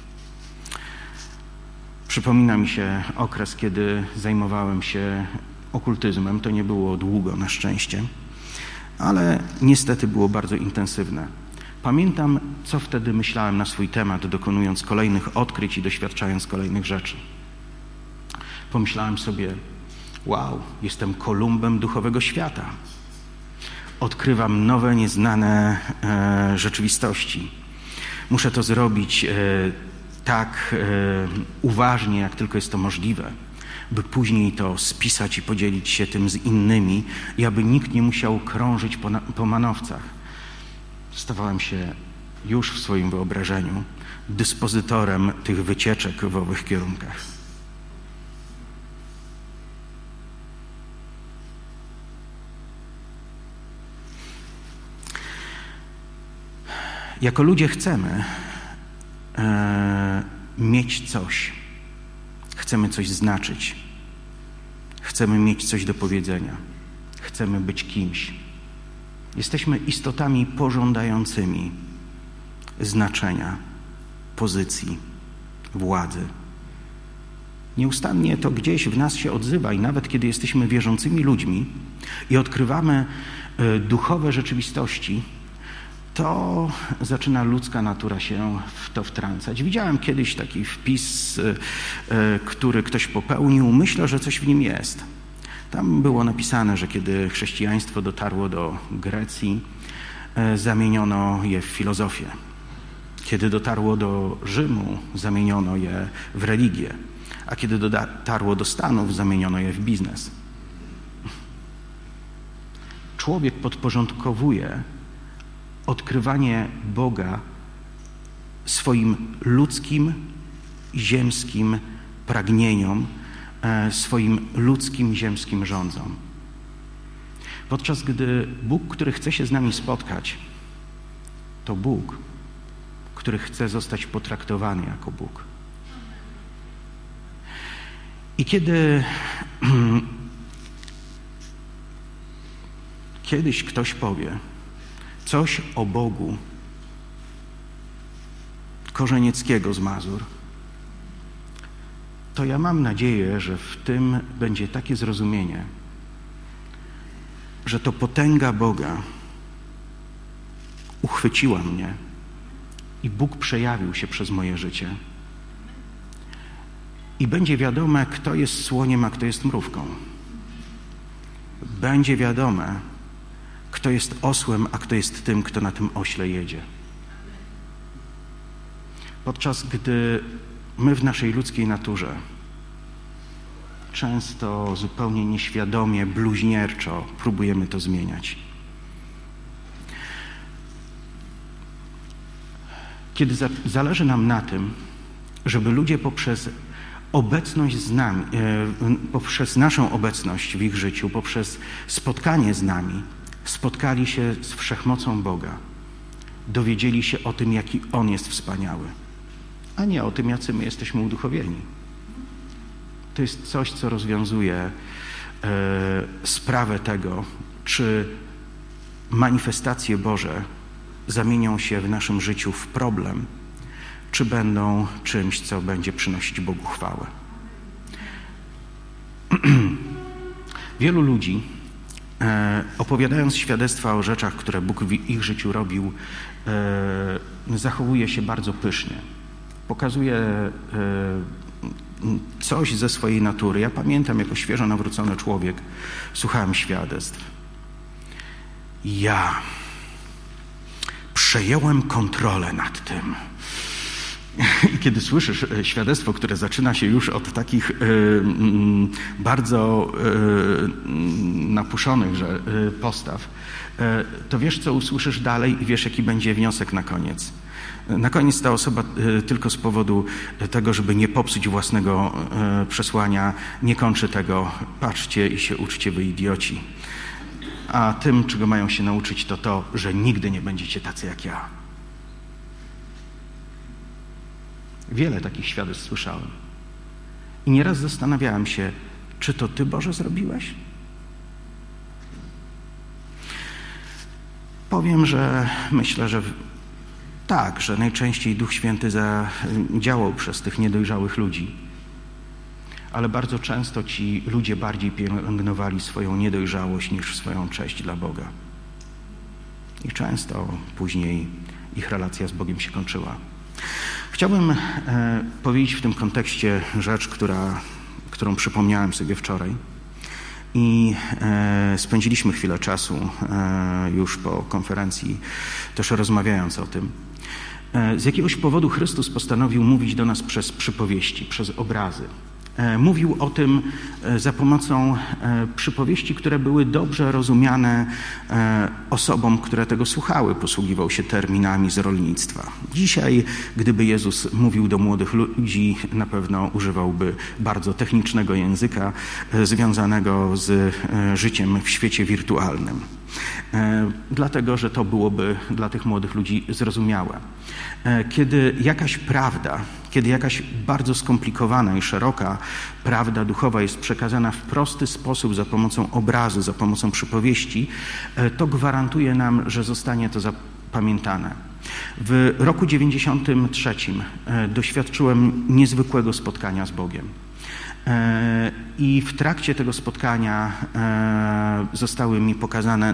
Przypomina mi się okres, kiedy zajmowałem się okultyzmem. To nie było długo, na szczęście, ale niestety było bardzo intensywne. Pamiętam, co wtedy myślałem na swój temat, dokonując kolejnych odkryć i doświadczając kolejnych rzeczy. Pomyślałem sobie, wow, jestem Kolumbem duchowego świata. Odkrywam nowe, nieznane rzeczywistości. Muszę to zrobić tak uważnie, jak tylko jest to możliwe, by później to spisać i podzielić się tym z innymi i aby nikt nie musiał krążyć po manowcach. Stawałem się już w swoim wyobrażeniu dyspozytorem tych wycieczek w owych kierunkach. Jako ludzie chcemy mieć coś. Chcemy coś znaczyć. Chcemy mieć coś do powiedzenia. Chcemy być kimś. Jesteśmy istotami pożądającymi znaczenia, pozycji, władzy. Nieustannie to gdzieś w nas się odzywa i nawet kiedy jesteśmy wierzącymi ludźmi i odkrywamy duchowe rzeczywistości, to zaczyna ludzka natura się w to wtrącać. Widziałem kiedyś taki wpis, który ktoś popełnił. Myślę, że coś w nim jest. Tam było napisane, że kiedy chrześcijaństwo dotarło do Grecji, zamieniono je w filozofię. Kiedy dotarło do Rzymu, zamieniono je w religię. A kiedy dotarło do Stanów, zamieniono je w biznes. Człowiek podporządkowuje odkrywanie Boga swoim ludzkim, ziemskim pragnieniom, swoim ludzkim, ziemskim rządzom. Podczas gdy Bóg, który chce się z nami spotkać, to Bóg, który chce zostać potraktowany jako Bóg. I kiedy kiedyś ktoś powie coś o Bogu Korzenieckiego z Mazur, to ja mam nadzieję, że w tym będzie takie zrozumienie, że to potęga Boga uchwyciła mnie i Bóg przejawił się przez moje życie. I będzie wiadome, kto jest słoniem, a kto jest mrówką. Będzie wiadome, kto jest osłem, a kto jest tym, kto na tym ośle jedzie. Podczas gdy my w naszej ludzkiej naturze często zupełnie nieświadomie, bluźnierczo próbujemy to zmieniać. Kiedy zależy nam na tym, żeby ludzie poprzez obecność z nami, poprzez naszą obecność w ich życiu, poprzez spotkanie z nami, spotkali się z wszechmocą Boga, dowiedzieli się o tym, jaki On jest wspaniały, a nie o tym, jacy my jesteśmy uduchowieni. To jest coś, co rozwiązuje sprawę tego, czy manifestacje Boże zamienią się w naszym życiu w problem, czy będą czymś, co będzie przynosić Bogu chwałę. Wielu ludzi, opowiadając świadectwa o rzeczach, które Bóg w ich życiu robił, zachowuje się bardzo pysznie. Pokazuje coś ze swojej natury. Ja pamiętam, jako świeżo nawrócony człowiek, słuchałem świadectw. Ja przejąłem kontrolę nad tym. I kiedy słyszysz świadectwo, które zaczyna się już od takich bardzo napuszonych postaw, to wiesz, co usłyszysz dalej i wiesz, jaki będzie wniosek na koniec. Na koniec ta osoba tylko z powodu tego, żeby nie popsuć własnego przesłania, nie kończy tego: patrzcie i się uczcie, wy idioci. A tym, czego mają się nauczyć, to to, że nigdy nie będziecie tacy jak ja. Wiele takich świadectw słyszałem. I nieraz zastanawiałem się, czy to Ty, Boże, zrobiłeś? Powiem, że myślę, że tak, że najczęściej Duch Święty działał przez tych niedojrzałych ludzi. Ale bardzo często ci ludzie bardziej pielęgnowali swoją niedojrzałość niż swoją cześć dla Boga. I często później ich relacja z Bogiem się kończyła. Chciałbym powiedzieć w tym kontekście rzecz, którą przypomniałem sobie wczoraj. I spędziliśmy chwilę czasu już po konferencji też rozmawiając o tym. Z jakiegoś powodu Chrystus postanowił mówić do nas przez przypowieści, przez obrazy. Mówił o tym za pomocą przypowieści, które były dobrze rozumiane osobom, które tego słuchały. Posługiwał się terminami z rolnictwa. Dzisiaj, gdyby Jezus mówił do młodych ludzi, na pewno używałby bardzo technicznego języka związanego z życiem w świecie wirtualnym. Dlatego, że to byłoby dla tych młodych ludzi zrozumiałe. Kiedy jakaś bardzo skomplikowana i szeroka prawda duchowa jest przekazana w prosty sposób za pomocą obrazu, za pomocą przypowieści, to gwarantuje nam, że zostanie to zapamiętane. W roku 93 doświadczyłem niezwykłego spotkania z Bogiem. I w trakcie tego spotkania zostały mi pokazane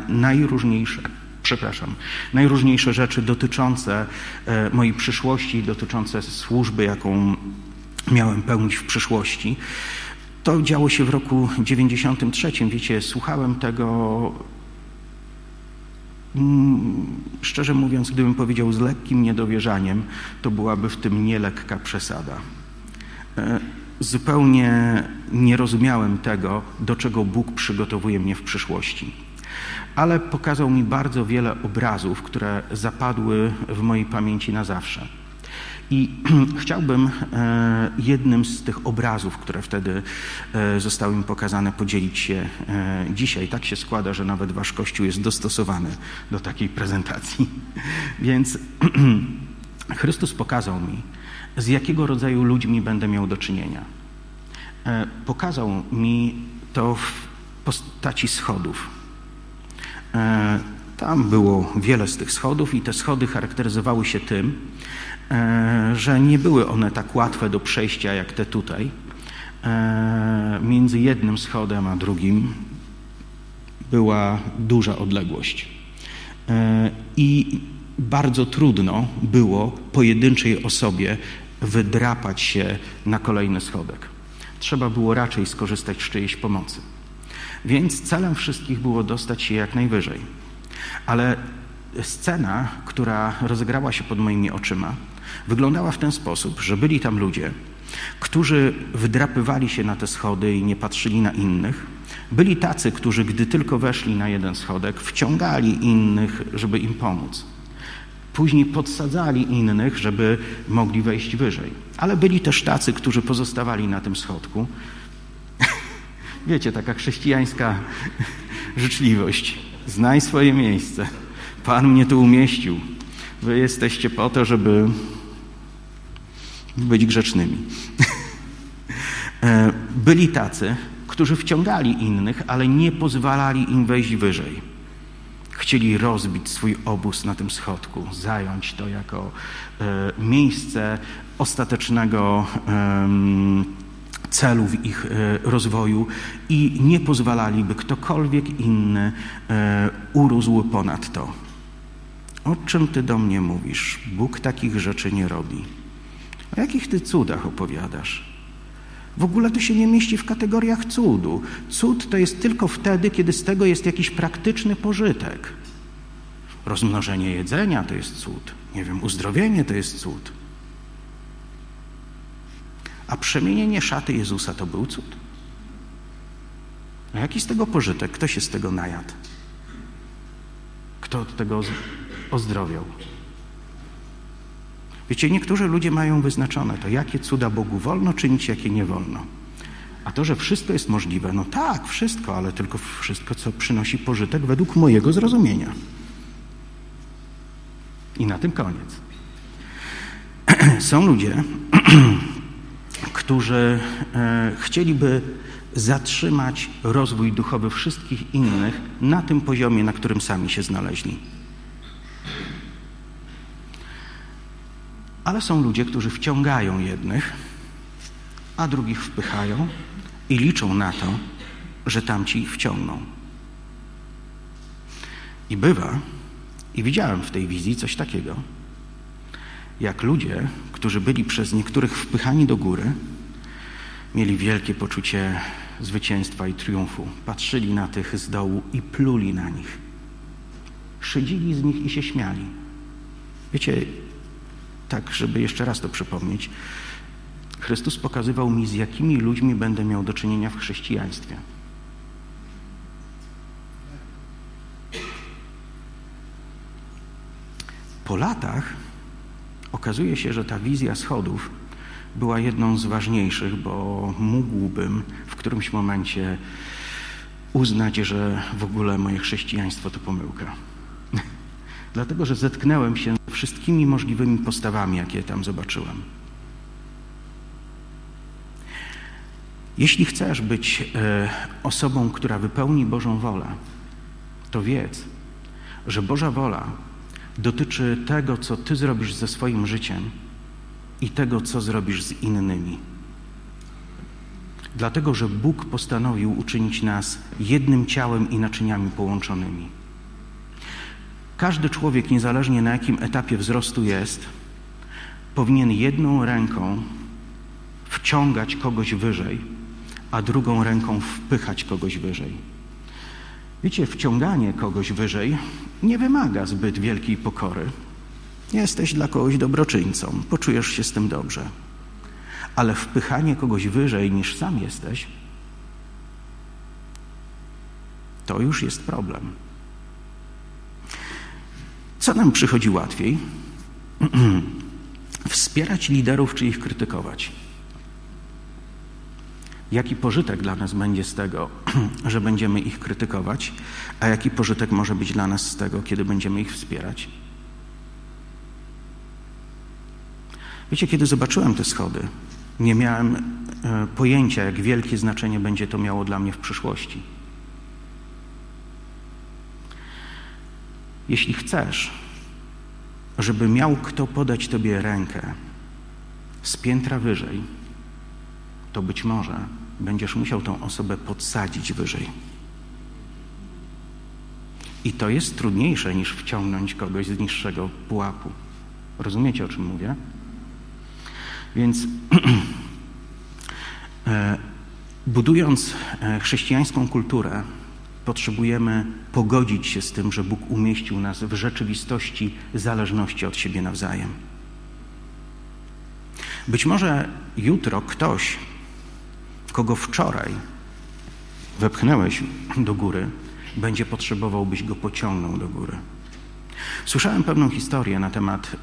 najróżniejsze rzeczy dotyczące mojej przyszłości, dotyczące służby, jaką miałem pełnić w przyszłości. To działo się w roku 93. Wiecie, słuchałem tego, szczerze mówiąc, gdybym powiedział z lekkim niedowierzaniem, to byłaby w tym nielekka przesada. Zupełnie nie rozumiałem tego, do czego Bóg przygotowuje mnie w przyszłości. Ale pokazał mi bardzo wiele obrazów, które zapadły w mojej pamięci na zawsze. I chciałbym jednym z tych obrazów, które wtedy zostały mi pokazane, podzielić się dzisiaj. Tak się składa, że nawet wasz Kościół jest dostosowany do takiej prezentacji. Więc Chrystus pokazał mi, z jakiego rodzaju ludźmi będę miał do czynienia. Pokazał mi to w postaci schodów. Tam było wiele z tych schodów i te schody charakteryzowały się tym, że nie były one tak łatwe do przejścia jak te tutaj. Między jednym schodem a drugim była duża odległość. I bardzo trudno było pojedynczej osobie wydrapać się na kolejny schodek. Trzeba było raczej skorzystać z czyjejś pomocy. Więc celem wszystkich było dostać się jak najwyżej. Ale scena, która rozegrała się pod moimi oczyma, wyglądała w ten sposób, że byli tam ludzie, którzy wydrapywali się na te schody i nie patrzyli na innych. Byli tacy, którzy gdy tylko weszli na jeden schodek, wciągali innych, żeby im pomóc. Później podsadzali innych, żeby mogli wejść wyżej. Ale byli też tacy, którzy pozostawali na tym schodku. Wiecie, taka chrześcijańska życzliwość. Znaj swoje miejsce. Pan mnie tu umieścił. Wy jesteście po to, żeby być grzecznymi. Byli tacy, którzy wciągali innych, ale nie pozwalali im wejść wyżej. Chcieli rozbić swój obóz na tym schodku, zająć to jako miejsce ostatecznego celu w ich rozwoju i nie pozwalali, by ktokolwiek inny urósł ponad to. O czym ty do mnie mówisz? Bóg takich rzeczy nie robi. O jakich ty cudach opowiadasz? W ogóle to się nie mieści w kategoriach cudu. Cud to jest tylko wtedy, kiedy z tego jest jakiś praktyczny pożytek. Rozmnożenie jedzenia to jest cud. Nie wiem, uzdrowienie to jest cud. A przemienienie szaty Jezusa to był cud? A jaki z tego pożytek? Kto się z tego najadł? Kto od tego ozdrowiał? Wiecie, niektórzy ludzie mają wyznaczone to, jakie cuda Bogu wolno czynić, jakie nie wolno. A to, że wszystko jest możliwe, no tak, wszystko, ale tylko wszystko, co przynosi pożytek według mojego zrozumienia. I na tym koniec. Są ludzie, którzy chcieliby zatrzymać rozwój duchowy wszystkich innych na tym poziomie, na którym sami się znaleźli. Ale są ludzie, którzy wciągają jednych, a drugich wpychają i liczą na to, że tamci ich wciągną. I bywa, i widziałem w tej wizji coś takiego, jak ludzie, którzy byli przez niektórych wpychani do góry, mieli wielkie poczucie zwycięstwa i triumfu. Patrzyli na tych z dołu i pluli na nich. Szydzili z nich i się śmiali. Wiecie, tak, żeby jeszcze raz to przypomnieć, Chrystus pokazywał mi, z jakimi ludźmi będę miał do czynienia w chrześcijaństwie. Po latach okazuje się, że ta wizja schodów była jedną z ważniejszych, bo mógłbym w którymś momencie uznać, że w ogóle moje chrześcijaństwo to pomyłka. Dlatego, że zetknąłem się z wszystkimi możliwymi postawami, jakie tam zobaczyłem. Jeśli chcesz być osobą, która wypełni Bożą wolę, to wiedz, że Boża wola dotyczy tego, co ty zrobisz ze swoim życiem i tego, co zrobisz z innymi. Dlatego, że Bóg postanowił uczynić nas jednym ciałem i naczyniami połączonymi. Każdy człowiek, niezależnie na jakim etapie wzrostu jest, powinien jedną ręką wciągać kogoś wyżej, a drugą ręką wpychać kogoś wyżej. Wiecie, wciąganie kogoś wyżej nie wymaga zbyt wielkiej pokory. Jesteś dla kogoś dobroczyńcą, poczujesz się z tym dobrze. Ale wpychanie kogoś wyżej niż sam jesteś, to już jest problem. Co nam przychodzi łatwiej? Wspierać liderów czy ich krytykować? Jaki pożytek dla nas będzie z tego, że będziemy ich krytykować, a jaki pożytek może być dla nas z tego, kiedy będziemy ich wspierać? Wiecie, kiedy zobaczyłem te schody, nie miałem pojęcia, jak wielkie znaczenie będzie to miało dla mnie w przyszłości. Jeśli chcesz, żeby miał kto podać tobie rękę z piętra wyżej, to być może będziesz musiał tą osobę podsadzić wyżej. I to jest trudniejsze niż wciągnąć kogoś z niższego pułapu. Rozumiecie, o czym mówię? Więc budując chrześcijańską kulturę, potrzebujemy pogodzić się z tym, że Bóg umieścił nas w rzeczywistości zależności od siebie nawzajem. Być może jutro ktoś, kogo wczoraj wepchnąłeś do góry, będzie potrzebował, byś go pociągnął do góry. Słyszałem pewną historię na temat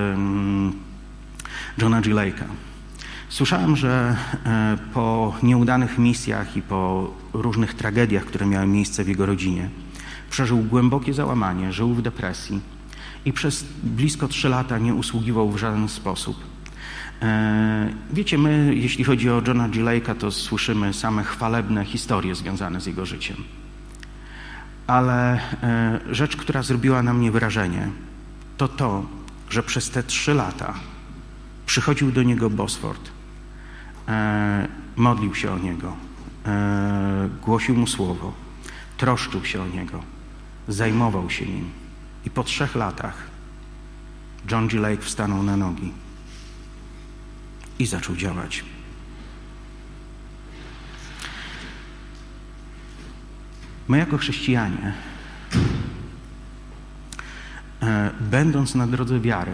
Johna G. Lake'a. Słyszałem, że po nieudanych misjach i po różnych tragediach, które miały miejsce w jego rodzinie, przeżył głębokie załamanie, żył w depresji i przez blisko 3 lata nie usługiwał w żaden sposób. Wiecie, my, jeśli chodzi o Johna G. Lake'a, to słyszymy same chwalebne historie związane z jego życiem. Ale rzecz, która zrobiła na mnie wrażenie, to, że przez te 3 lata przychodził do niego Bosworth, modlił się o niego, głosił mu słowo, troszczył się o niego, zajmował się nim. I po 3 latach John G. Lake wstanął na nogi i zaczął działać. My jako chrześcijanie, będąc na drodze wiary,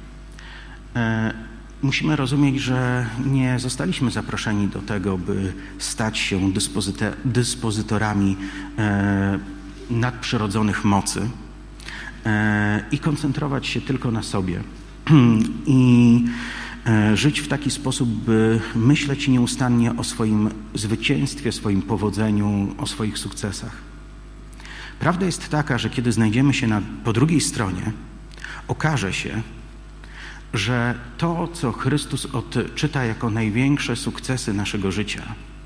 musimy rozumieć, że nie zostaliśmy zaproszeni do tego, by stać się dyspozytorami nadprzyrodzonych mocy i koncentrować się tylko na sobie i żyć w taki sposób, by myśleć nieustannie o swoim zwycięstwie, swoim powodzeniu, o swoich sukcesach. Prawda jest taka, że kiedy znajdziemy się po drugiej stronie, okaże się, że to, co Chrystus odczyta jako największe sukcesy naszego życia,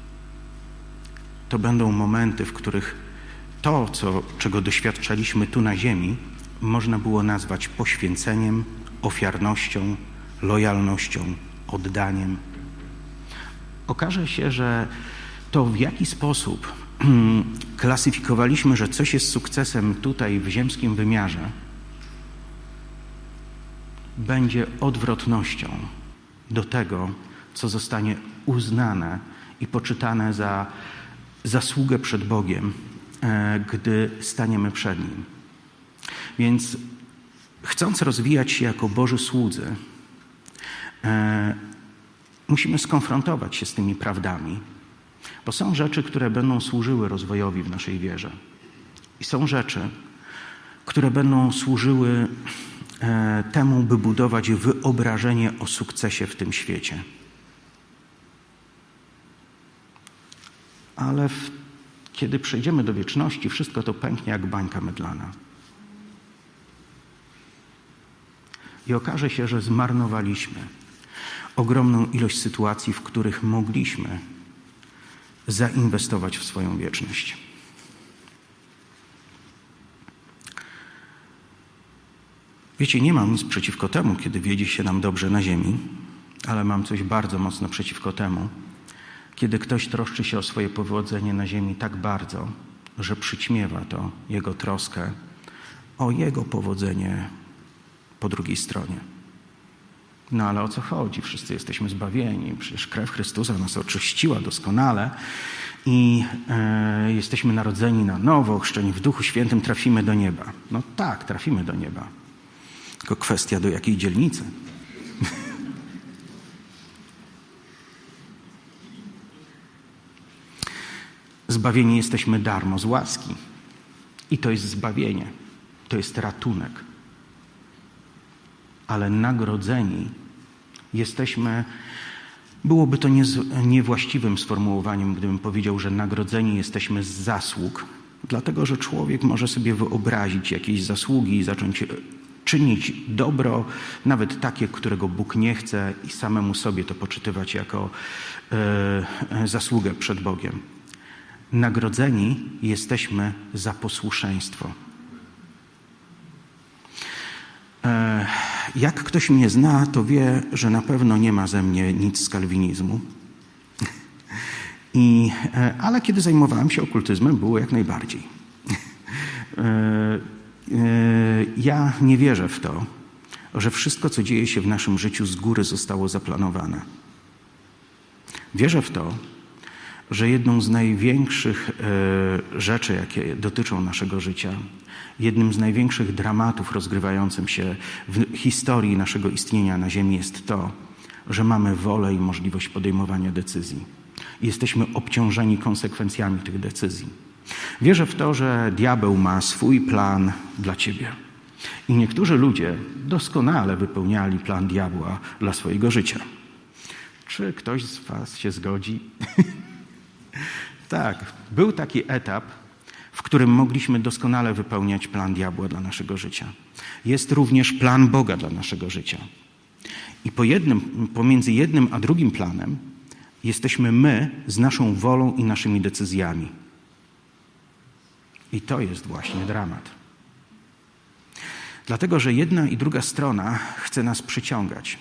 to będą momenty, w których to, czego doświadczaliśmy tu na ziemi, można było nazwać poświęceniem, ofiarnością, lojalnością, oddaniem. Okaże się, że to, w jaki sposób klasyfikowaliśmy, że coś jest sukcesem tutaj w ziemskim wymiarze, będzie odwrotnością do tego, co zostanie uznane i poczytane za zasługę przed Bogiem, gdy staniemy przed Nim. Więc chcąc rozwijać się jako Boży słudzy, musimy skonfrontować się z tymi prawdami, bo są rzeczy, które będą służyły rozwojowi w naszej wierze. I są rzeczy, które będą służyły temu, by budować wyobrażenie o sukcesie w tym świecie. Ale kiedy przejdziemy do wieczności, wszystko to pęknie jak bańka mydlana. I okaże się, że zmarnowaliśmy ogromną ilość sytuacji, w których mogliśmy zainwestować w swoją wieczność. Wiecie, nie mam nic przeciwko temu, kiedy wiedzie się nam dobrze na ziemi, ale mam coś bardzo mocno przeciwko temu, kiedy ktoś troszczy się o swoje powodzenie na ziemi tak bardzo, że przyćmiewa to jego troskę o jego powodzenie po drugiej stronie. No ale o co chodzi? Wszyscy jesteśmy zbawieni. Przecież krew Chrystusa nas oczyściła doskonale i jesteśmy narodzeni na nowo, chrzczeni w Duchu Świętym, trafimy do nieba. No tak, trafimy do nieba. Tylko kwestia, do jakiej dzielnicy. Zbawieni jesteśmy darmo z łaski. I to jest zbawienie. To jest ratunek. Ale nagrodzeni jesteśmy, byłoby to niewłaściwym sformułowaniem, gdybym powiedział, że nagrodzeni jesteśmy z zasług, dlatego że człowiek może sobie wyobrazić jakieś zasługi i zacząć czynić dobro, nawet takie, którego Bóg nie chce i samemu sobie to poczytywać jako zasługę przed Bogiem. Nagrodzeni jesteśmy za posłuszeństwo. Jak ktoś mnie zna, to wie, że na pewno nie ma ze mnie nic z kalwinizmu. Ale kiedy zajmowałem się okultyzmem, było jak najbardziej. Ja nie wierzę w to, że wszystko, co dzieje się w naszym życiu, z góry zostało zaplanowane. Wierzę w to, że jedną z największych rzeczy, jakie dotyczą naszego życia, jednym z największych dramatów rozgrywającym się w historii naszego istnienia na ziemi jest to, że mamy wolę i możliwość podejmowania decyzji. I jesteśmy obciążeni konsekwencjami tych decyzji. Wierzę w to, że diabeł ma swój plan dla ciebie. I niektórzy ludzie doskonale wypełniali plan diabła dla swojego życia. Czy ktoś z was się zgodzi? Tak, był taki etap, w którym mogliśmy doskonale wypełniać plan diabła dla naszego życia. Jest również plan Boga dla naszego życia. I pomiędzy jednym a drugim planem jesteśmy my z naszą wolą i naszymi decyzjami. I to jest właśnie dramat. Dlatego, że jedna i druga strona chce nas przyciągać.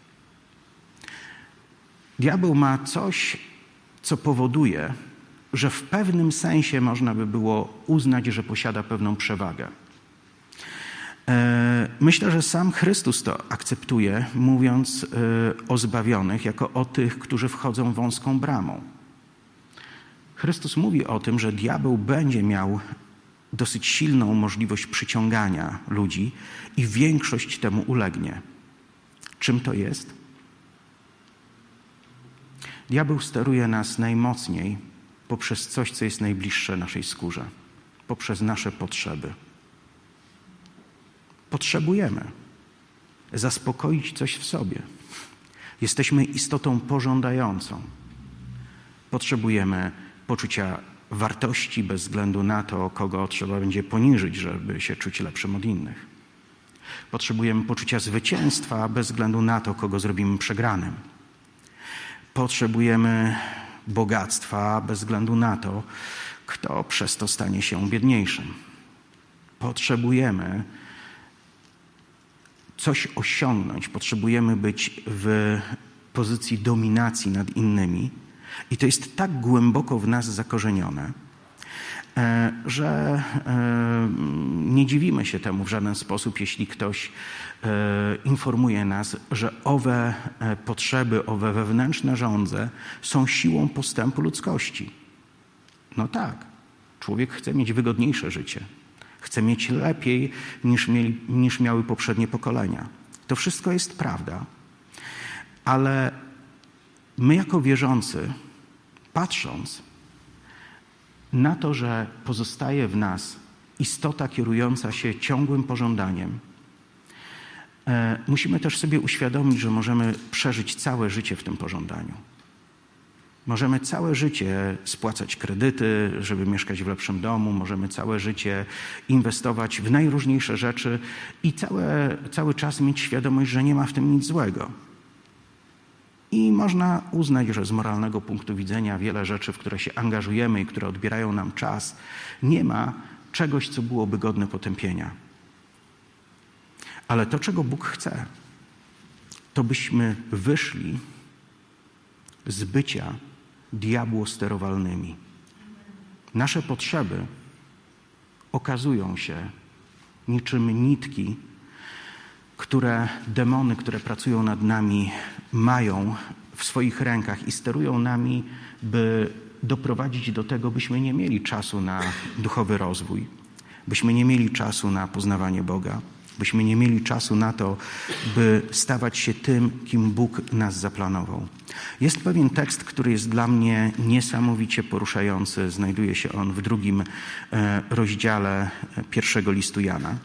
Diabeł ma coś, co powoduje, że w pewnym sensie można by było uznać, że posiada pewną przewagę. Myślę, że sam Chrystus to akceptuje, mówiąc o zbawionych jako o tych, którzy wchodzą wąską bramą. Chrystus mówi o tym, że diabeł będzie miał dosyć silną możliwość przyciągania ludzi i większość temu ulegnie. Czym to jest? Diabeł steruje nas najmocniej poprzez coś, co jest najbliższe naszej skórze, poprzez nasze potrzeby. Potrzebujemy zaspokoić coś w sobie. Jesteśmy istotą pożądającą. Potrzebujemy poczucia wartości bez względu na to, kogo trzeba będzie poniżyć, żeby się czuć lepszym od innych. Potrzebujemy poczucia zwycięstwa bez względu na to, kogo zrobimy przegranym. Potrzebujemy bogactwa bez względu na to, kto przez to stanie się biedniejszym. Potrzebujemy coś osiągnąć, potrzebujemy być w pozycji dominacji nad innymi i to jest tak głęboko w nas zakorzenione, że nie dziwimy się temu w żaden sposób, jeśli ktoś informuje nas, że owe potrzeby, owe wewnętrzne żądze są siłą postępu ludzkości. No tak, człowiek chce mieć wygodniejsze życie. Chce mieć lepiej niż miały poprzednie pokolenia. To wszystko jest prawda, ale my jako wierzący, patrząc na to, że pozostaje w nas istota kierująca się ciągłym pożądaniem, musimy też sobie uświadomić, że możemy przeżyć całe życie w tym pożądaniu. Możemy całe życie spłacać kredyty, żeby mieszkać w lepszym domu, możemy całe życie inwestować w najróżniejsze rzeczy i cały czas mieć świadomość, że nie ma w tym nic złego. I można uznać, że z moralnego punktu widzenia wiele rzeczy, w które się angażujemy i które odbierają nam czas, nie ma czegoś, co byłoby godne potępienia. Ale to, czego Bóg chce, to byśmy wyszli z bycia diabłosterowalnymi. Nasze potrzeby okazują się niczym nitki które demony, które pracują nad nami, mają w swoich rękach i sterują nami, by doprowadzić do tego, byśmy nie mieli czasu na duchowy rozwój, byśmy nie mieli czasu na poznawanie Boga, byśmy nie mieli czasu na to, by stawać się tym, kim Bóg nas zaplanował. Jest pewien tekst, który jest dla mnie niesamowicie poruszający. Znajduje się on w 2 rozdziale 1 listu Jana.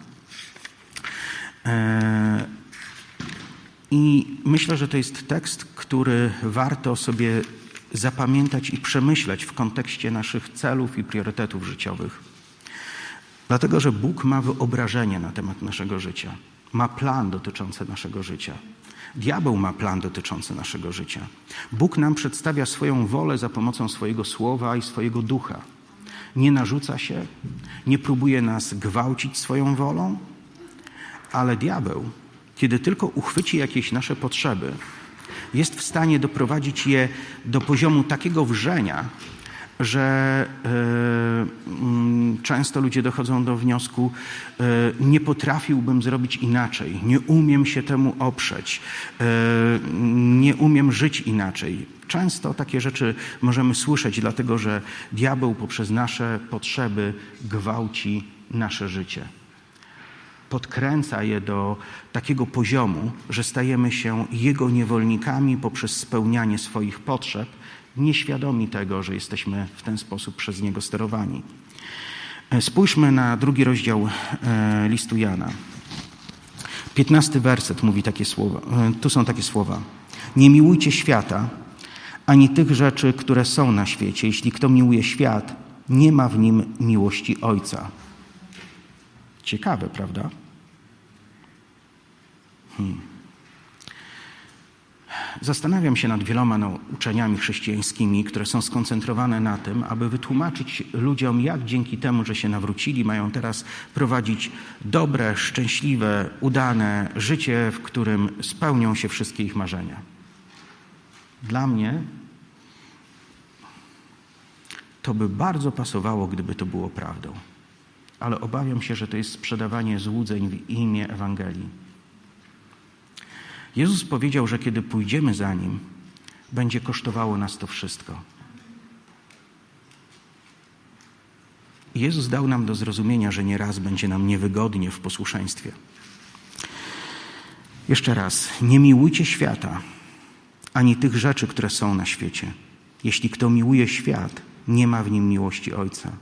I myślę, że to jest tekst, który warto sobie zapamiętać i przemyśleć w kontekście naszych celów i priorytetów życiowych. Dlatego, że Bóg ma wyobrażenie na temat naszego życia. Ma plan dotyczący naszego życia. Diabeł ma plan dotyczący naszego życia. Bóg nam przedstawia swoją wolę za pomocą swojego słowa i swojego ducha. Nie narzuca się, nie próbuje nas gwałcić swoją wolą, ale diabeł, kiedy tylko uchwyci jakieś nasze potrzeby, jest w stanie doprowadzić je do poziomu takiego wrzenia, że często ludzie dochodzą do wniosku, nie potrafiłbym zrobić inaczej, nie umiem się temu oprzeć, nie umiem żyć inaczej. Często takie rzeczy możemy słyszeć, dlatego że diabeł poprzez nasze potrzeby gwałci nasze życie. Podkręca je do takiego poziomu, że stajemy się jego niewolnikami poprzez spełnianie swoich potrzeb, nieświadomi tego, że jesteśmy w ten sposób przez niego sterowani. Spójrzmy na 2 rozdział listu Jana. 15 werset mówi takie słowa. Tu są takie słowa. Nie miłujcie świata, ani tych rzeczy, które są na świecie. Jeśli kto miłuje świat, nie ma w nim miłości Ojca. Ciekawe, prawda? Zastanawiam się nad wieloma nauczaniami chrześcijańskimi, które są skoncentrowane na tym, aby wytłumaczyć ludziom, jak dzięki temu, że się nawrócili, mają teraz prowadzić dobre, szczęśliwe, udane życie, w którym spełnią się wszystkie ich marzenia. Dla mnie to by bardzo pasowało, gdyby to było prawdą. Ale obawiam się, że to jest sprzedawanie złudzeń w imię Ewangelii. Jezus powiedział, że kiedy pójdziemy za Nim, będzie kosztowało nas to wszystko. Jezus dał nam do zrozumienia, że nieraz będzie nam niewygodnie w posłuszeństwie. Jeszcze raz, nie miłujcie świata, ani tych rzeczy, które są na świecie. Jeśli kto miłuje świat, nie ma w nim miłości Ojca.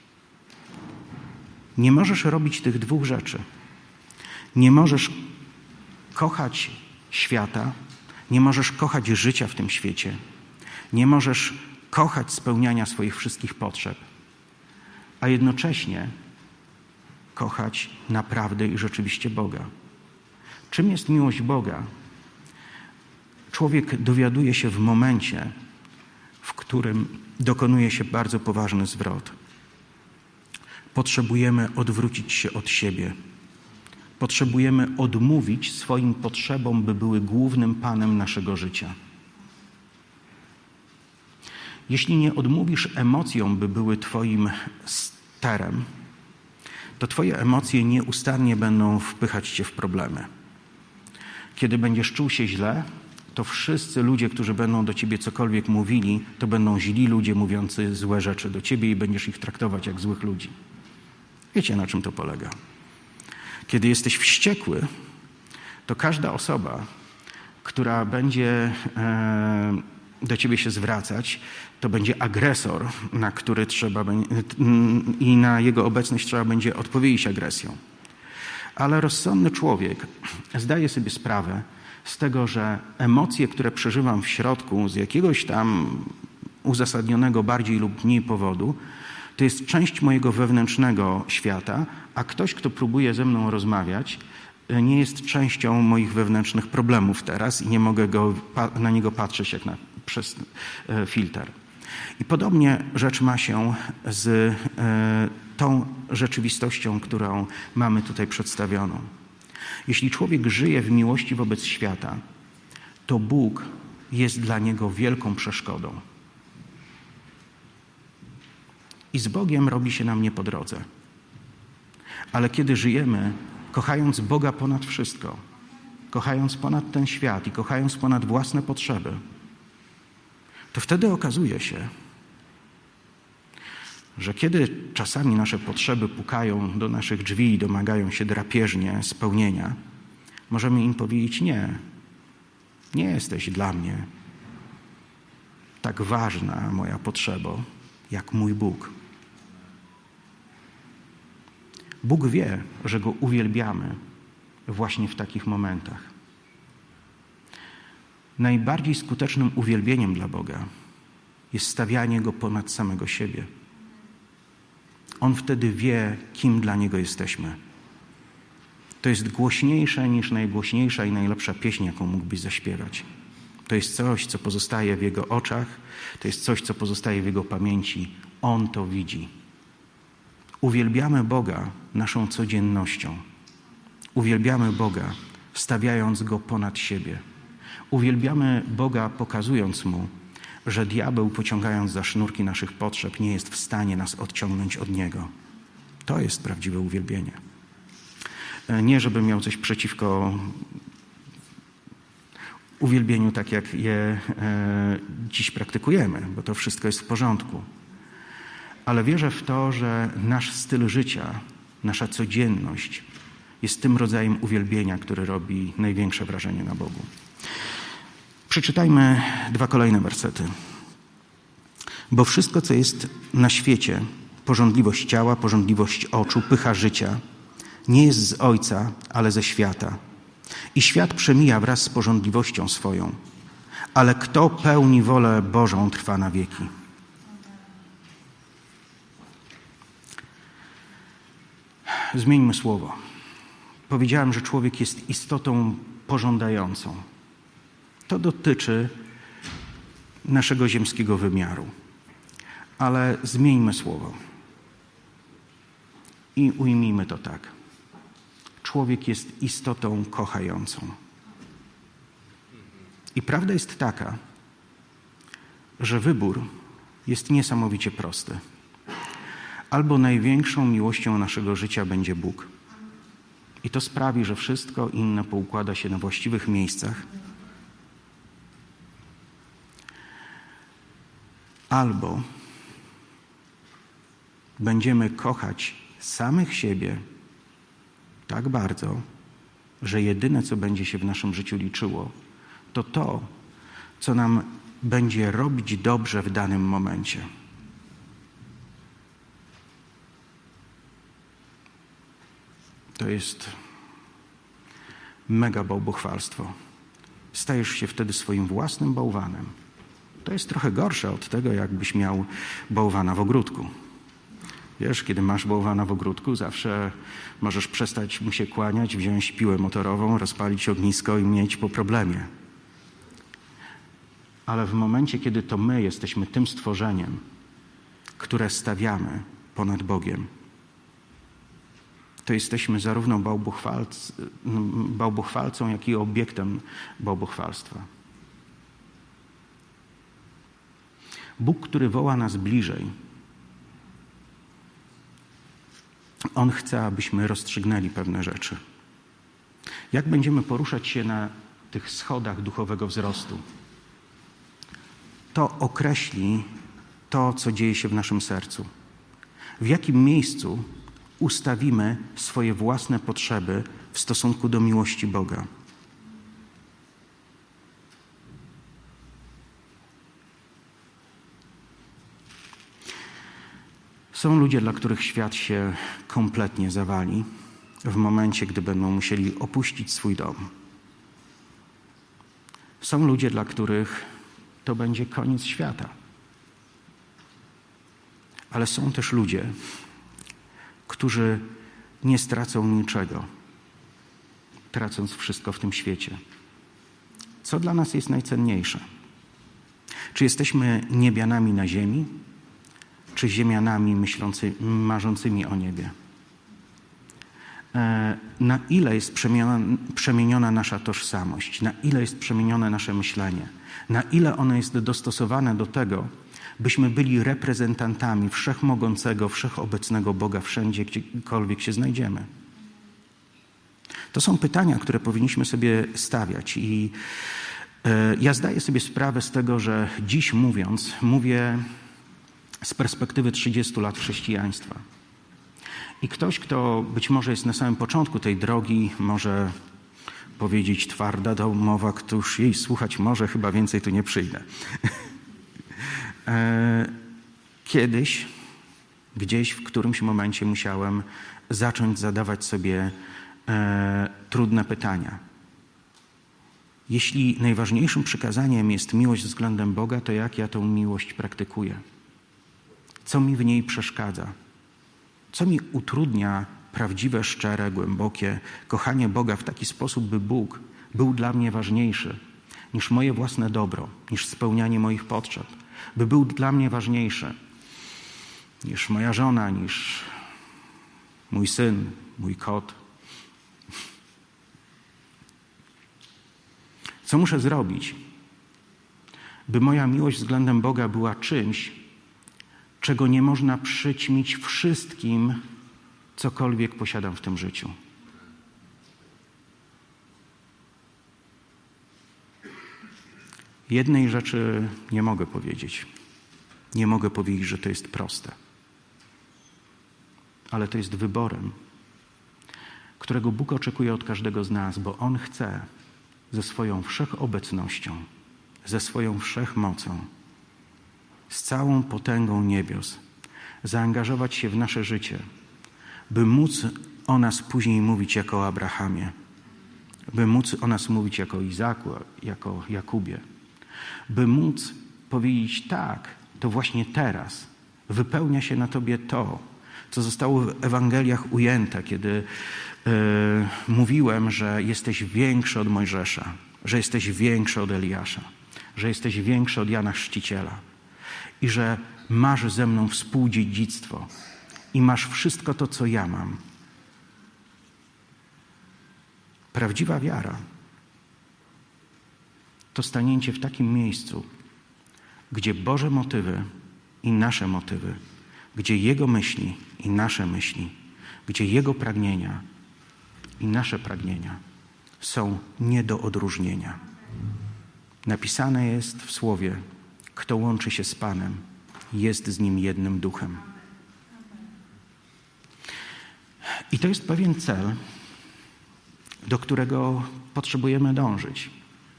Nie możesz robić tych 2 rzeczy. Nie możesz kochać świata, nie możesz kochać życia w tym świecie, nie możesz kochać spełniania swoich wszystkich potrzeb, a jednocześnie kochać naprawdę i rzeczywiście Boga. Czym jest miłość Boga? Człowiek dowiaduje się w momencie, w którym dokonuje się bardzo poważny zwrot. Potrzebujemy odwrócić się od siebie. Potrzebujemy odmówić swoim potrzebom, by były głównym panem naszego życia. Jeśli nie odmówisz emocjom, by były twoim sterem, to twoje emocje nieustannie będą wpychać cię w problemy. Kiedy będziesz czuł się źle, to wszyscy ludzie, którzy będą do ciebie cokolwiek mówili, to będą źli ludzie mówiący złe rzeczy do ciebie i będziesz ich traktować jak złych ludzi. Wiecie, na czym to polega? Kiedy jesteś wściekły, to każda osoba, która będzie do ciebie się zwracać, to będzie agresor, na który i na jego obecność trzeba będzie odpowiedzieć agresją. Ale rozsądny człowiek zdaje sobie sprawę z tego, że emocje, które przeżywam w środku z jakiegoś tam uzasadnionego bardziej lub mniej powodu, to jest część mojego wewnętrznego świata, a ktoś, kto próbuje ze mną rozmawiać, nie jest częścią moich wewnętrznych problemów teraz i nie mogę na niego patrzeć jak przez filtr. I podobnie rzecz ma się z tą rzeczywistością, którą mamy tutaj przedstawioną. Jeśli człowiek żyje w miłości wobec świata, to Bóg jest dla niego wielką przeszkodą. I z Bogiem robi się nam nie po drodze. Ale kiedy żyjemy, kochając Boga ponad wszystko, kochając ponad ten świat i kochając ponad własne potrzeby, to wtedy okazuje się, że kiedy czasami nasze potrzeby pukają do naszych drzwi i domagają się drapieżnie spełnienia, możemy im powiedzieć: nie jesteś dla mnie tak ważna, moja potrzebo, jak mój Bóg. Bóg wie, że Go uwielbiamy właśnie w takich momentach. Najbardziej skutecznym uwielbieniem dla Boga jest stawianie Go ponad samego siebie. On wtedy wie, kim dla Niego jesteśmy. To jest głośniejsze niż najgłośniejsza i najlepsza pieśń, jaką mógłbyś zaśpiewać. To jest coś, co pozostaje w Jego oczach, to jest coś, co pozostaje w Jego pamięci. On to widzi. Uwielbiamy Boga naszą codziennością. Uwielbiamy Boga, stawiając Go ponad siebie. Uwielbiamy Boga, pokazując Mu, że diabeł, pociągając za sznurki naszych potrzeb, nie jest w stanie nas odciągnąć od Niego. To jest prawdziwe uwielbienie. Nie, żebym miał coś przeciwko uwielbieniu, tak jak je dziś praktykujemy, bo to wszystko jest w porządku. Ale wierzę w to, że nasz styl życia, nasza codzienność jest tym rodzajem uwielbienia, który robi największe wrażenie na Bogu. Przeczytajmy 2 kolejne wersety. Bo wszystko, co jest na świecie, pożądliwość ciała, pożądliwość oczu, pycha życia, nie jest z Ojca, ale ze świata. I świat przemija wraz z pożądliwością swoją. Ale kto pełni wolę Bożą, trwa na wieki. Zmieńmy słowo. Powiedziałem, że człowiek jest istotą pożądającą. To dotyczy naszego ziemskiego wymiaru. Ale zmieńmy słowo. I ujmijmy to tak. Człowiek jest istotą kochającą. I prawda jest taka, że wybór jest niesamowicie prosty. Albo największą miłością naszego życia będzie Bóg. I to sprawi, że wszystko inne poukłada się na właściwych miejscach. Albo będziemy kochać samych siebie tak bardzo, że jedyne, co będzie się w naszym życiu liczyło, to to, co nam będzie robić dobrze w danym momencie. To jest mega bałwochwalstwo. Stajesz się wtedy swoim własnym bałwanem. To jest trochę gorsze od tego, jakbyś miał bałwana w ogródku. Wiesz, kiedy masz bałwana w ogródku, zawsze możesz przestać mu się kłaniać, wziąć piłę motorową, rozpalić ognisko i mieć po problemie. Ale w momencie, kiedy to my jesteśmy tym stworzeniem, które stawiamy ponad Bogiem, to jesteśmy zarówno bałwochwalcą, jak i obiektem bałwochwalstwa. Bóg, który woła nas bliżej, On chce, abyśmy rozstrzygnęli pewne rzeczy. Jak będziemy poruszać się na tych schodach duchowego wzrostu, to określi to, co dzieje się w naszym sercu. W jakim miejscu ustawimy swoje własne potrzeby w stosunku do miłości Boga. Są ludzie, dla których świat się kompletnie zawali w momencie, gdy będą musieli opuścić swój dom. Są ludzie, dla których to będzie koniec świata. Ale są też ludzie, którzy nie stracą niczego, tracąc wszystko w tym świecie. Co dla nas jest najcenniejsze? Czy jesteśmy niebianami na ziemi, czy ziemianami marzącymi o niebie? Na ile jest przemieniona nasza tożsamość? Na ile jest przemienione nasze myślenie? Na ile ono jest dostosowane do tego, byśmy byli reprezentantami wszechmogącego, wszechobecnego Boga wszędzie, gdziekolwiek się znajdziemy? To są pytania, które powinniśmy sobie stawiać i ja zdaję sobie sprawę z tego, że dziś mówię z perspektywy 30 lat chrześcijaństwa. I ktoś, kto być może jest na samym początku tej drogi, może powiedzieć twarda domowa, któż jej słuchać może, chyba więcej tu nie przyjdę. Kiedyś, gdzieś w którymś momencie musiałem zacząć zadawać sobie trudne pytania. Jeśli najważniejszym przykazaniem jest miłość względem Boga, to jak ja tę miłość praktykuję? Co mi w niej przeszkadza? Co mi utrudnia prawdziwe, szczere, głębokie kochanie Boga w taki sposób, by Bóg był dla mnie ważniejszy niż moje własne dobro, niż spełnianie moich potrzeb, by był dla mnie ważniejszy niż moja żona, niż mój syn, mój kot. Co muszę zrobić, by moja miłość względem Boga była czymś, czego nie można przyćmić wszystkim, cokolwiek posiadam w tym życiu? Jednej rzeczy nie mogę powiedzieć. Nie mogę powiedzieć, że to jest proste. Ale to jest wyborem, którego Bóg oczekuje od każdego z nas, bo On chce ze swoją wszechobecnością, ze swoją wszechmocą, z całą potęgą niebios zaangażować się w nasze życie, by móc o nas później mówić jako o Abrahamie, by móc o nas mówić jako o Izaku, jako Jakubie, by móc powiedzieć tak, to właśnie teraz wypełnia się na Tobie to, co zostało w Ewangeliach ujęte, kiedy mówiłem, że jesteś większy od Mojżesza, że jesteś większy od Eliasza, że jesteś większy od Jana Chrzciciela i że masz ze mną współdziedzictwo i masz wszystko to, co ja mam. Prawdziwa wiara to stanięcie w takim miejscu, gdzie Boże motywy i nasze motywy, gdzie Jego myśli i nasze myśli, gdzie Jego pragnienia i nasze pragnienia są nie do odróżnienia. Napisane jest w Słowie: kto łączy się z Panem, jest z Nim jednym duchem. I to jest pewien cel, do którego potrzebujemy dążyć.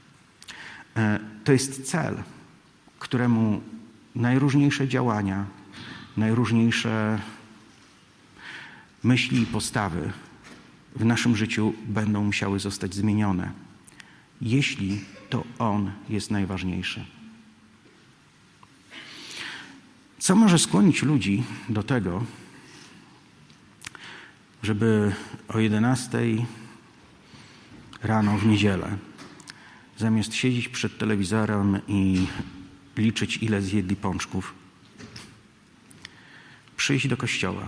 To jest cel, któremu najróżniejsze działania, najróżniejsze myśli i postawy w naszym życiu będą musiały zostać zmienione, jeśli to On jest najważniejszy. Co może skłonić ludzi do tego, żeby o 11 rano w niedzielę, zamiast siedzieć przed telewizorem i liczyć, ile zjedli pączków, przyjść do kościoła?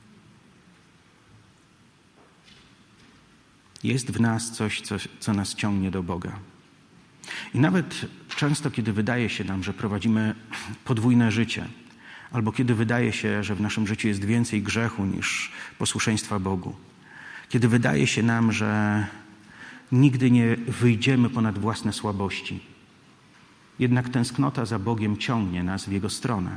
Jest w nas coś, co nas ciągnie do Boga. I nawet często, kiedy wydaje się nam, że prowadzimy podwójne życie, albo kiedy wydaje się, że w naszym życiu jest więcej grzechu niż posłuszeństwa Bogu, kiedy wydaje się nam, że nigdy nie wyjdziemy ponad własne słabości, jednak tęsknota za Bogiem ciągnie nas w Jego stronę.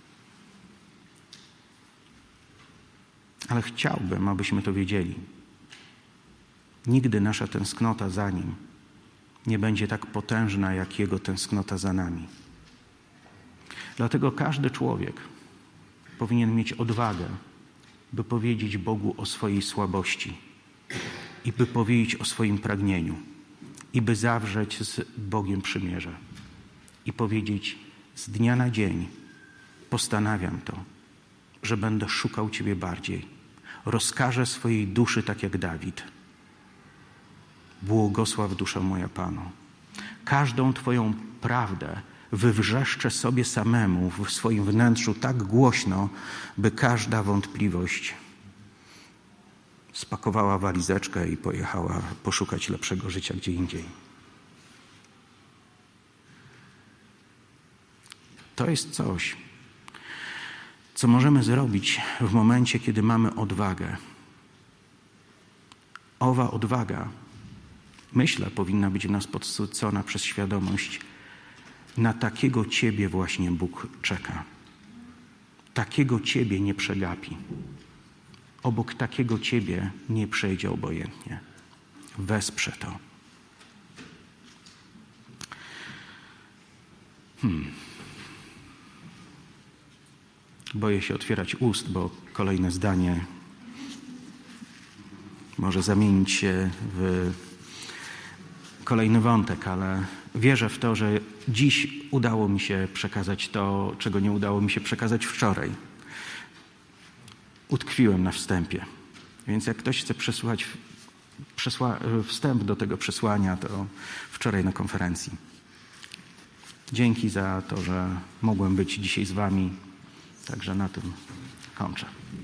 Ale chciałbym, abyśmy to wiedzieli. Nigdy nasza tęsknota za Nim nie będzie tak potężna, jak Jego tęsknota za nami. Dlatego każdy człowiek powinien mieć odwagę, by powiedzieć Bogu o swojej słabości i by powiedzieć o swoim pragnieniu i by zawrzeć z Bogiem przymierze i powiedzieć: z dnia na dzień postanawiam to, że będę szukał Ciebie bardziej. Rozkażę swojej duszy tak jak Dawid. Błogosław dusza moja Panu. Każdą Twoją prawdę wywrzeszczę sobie samemu w swoim wnętrzu tak głośno, by każda wątpliwość spakowała walizeczkę i pojechała poszukać lepszego życia gdzie indziej. To jest coś, co możemy zrobić w momencie, kiedy mamy odwagę Owa odwaga, myślę, powinna być w nas podsycona przez świadomość, na takiego Ciebie właśnie Bóg czeka. Takiego Ciebie nie przegapi. Obok takiego Ciebie nie przejdzie obojętnie. Wesprze to. Boję się otwierać ust, bo kolejne zdanie może zamienić się w kolejny wątek, ale wierzę w to, że dziś udało mi się przekazać to, czego nie udało mi się przekazać wczoraj. Utkwiłem na wstępie. Więc jak ktoś chce przesłuchać wstęp do tego przesłania, to wczoraj na konferencji. Dzięki za to, że mogłem być dzisiaj z wami. Także na tym kończę.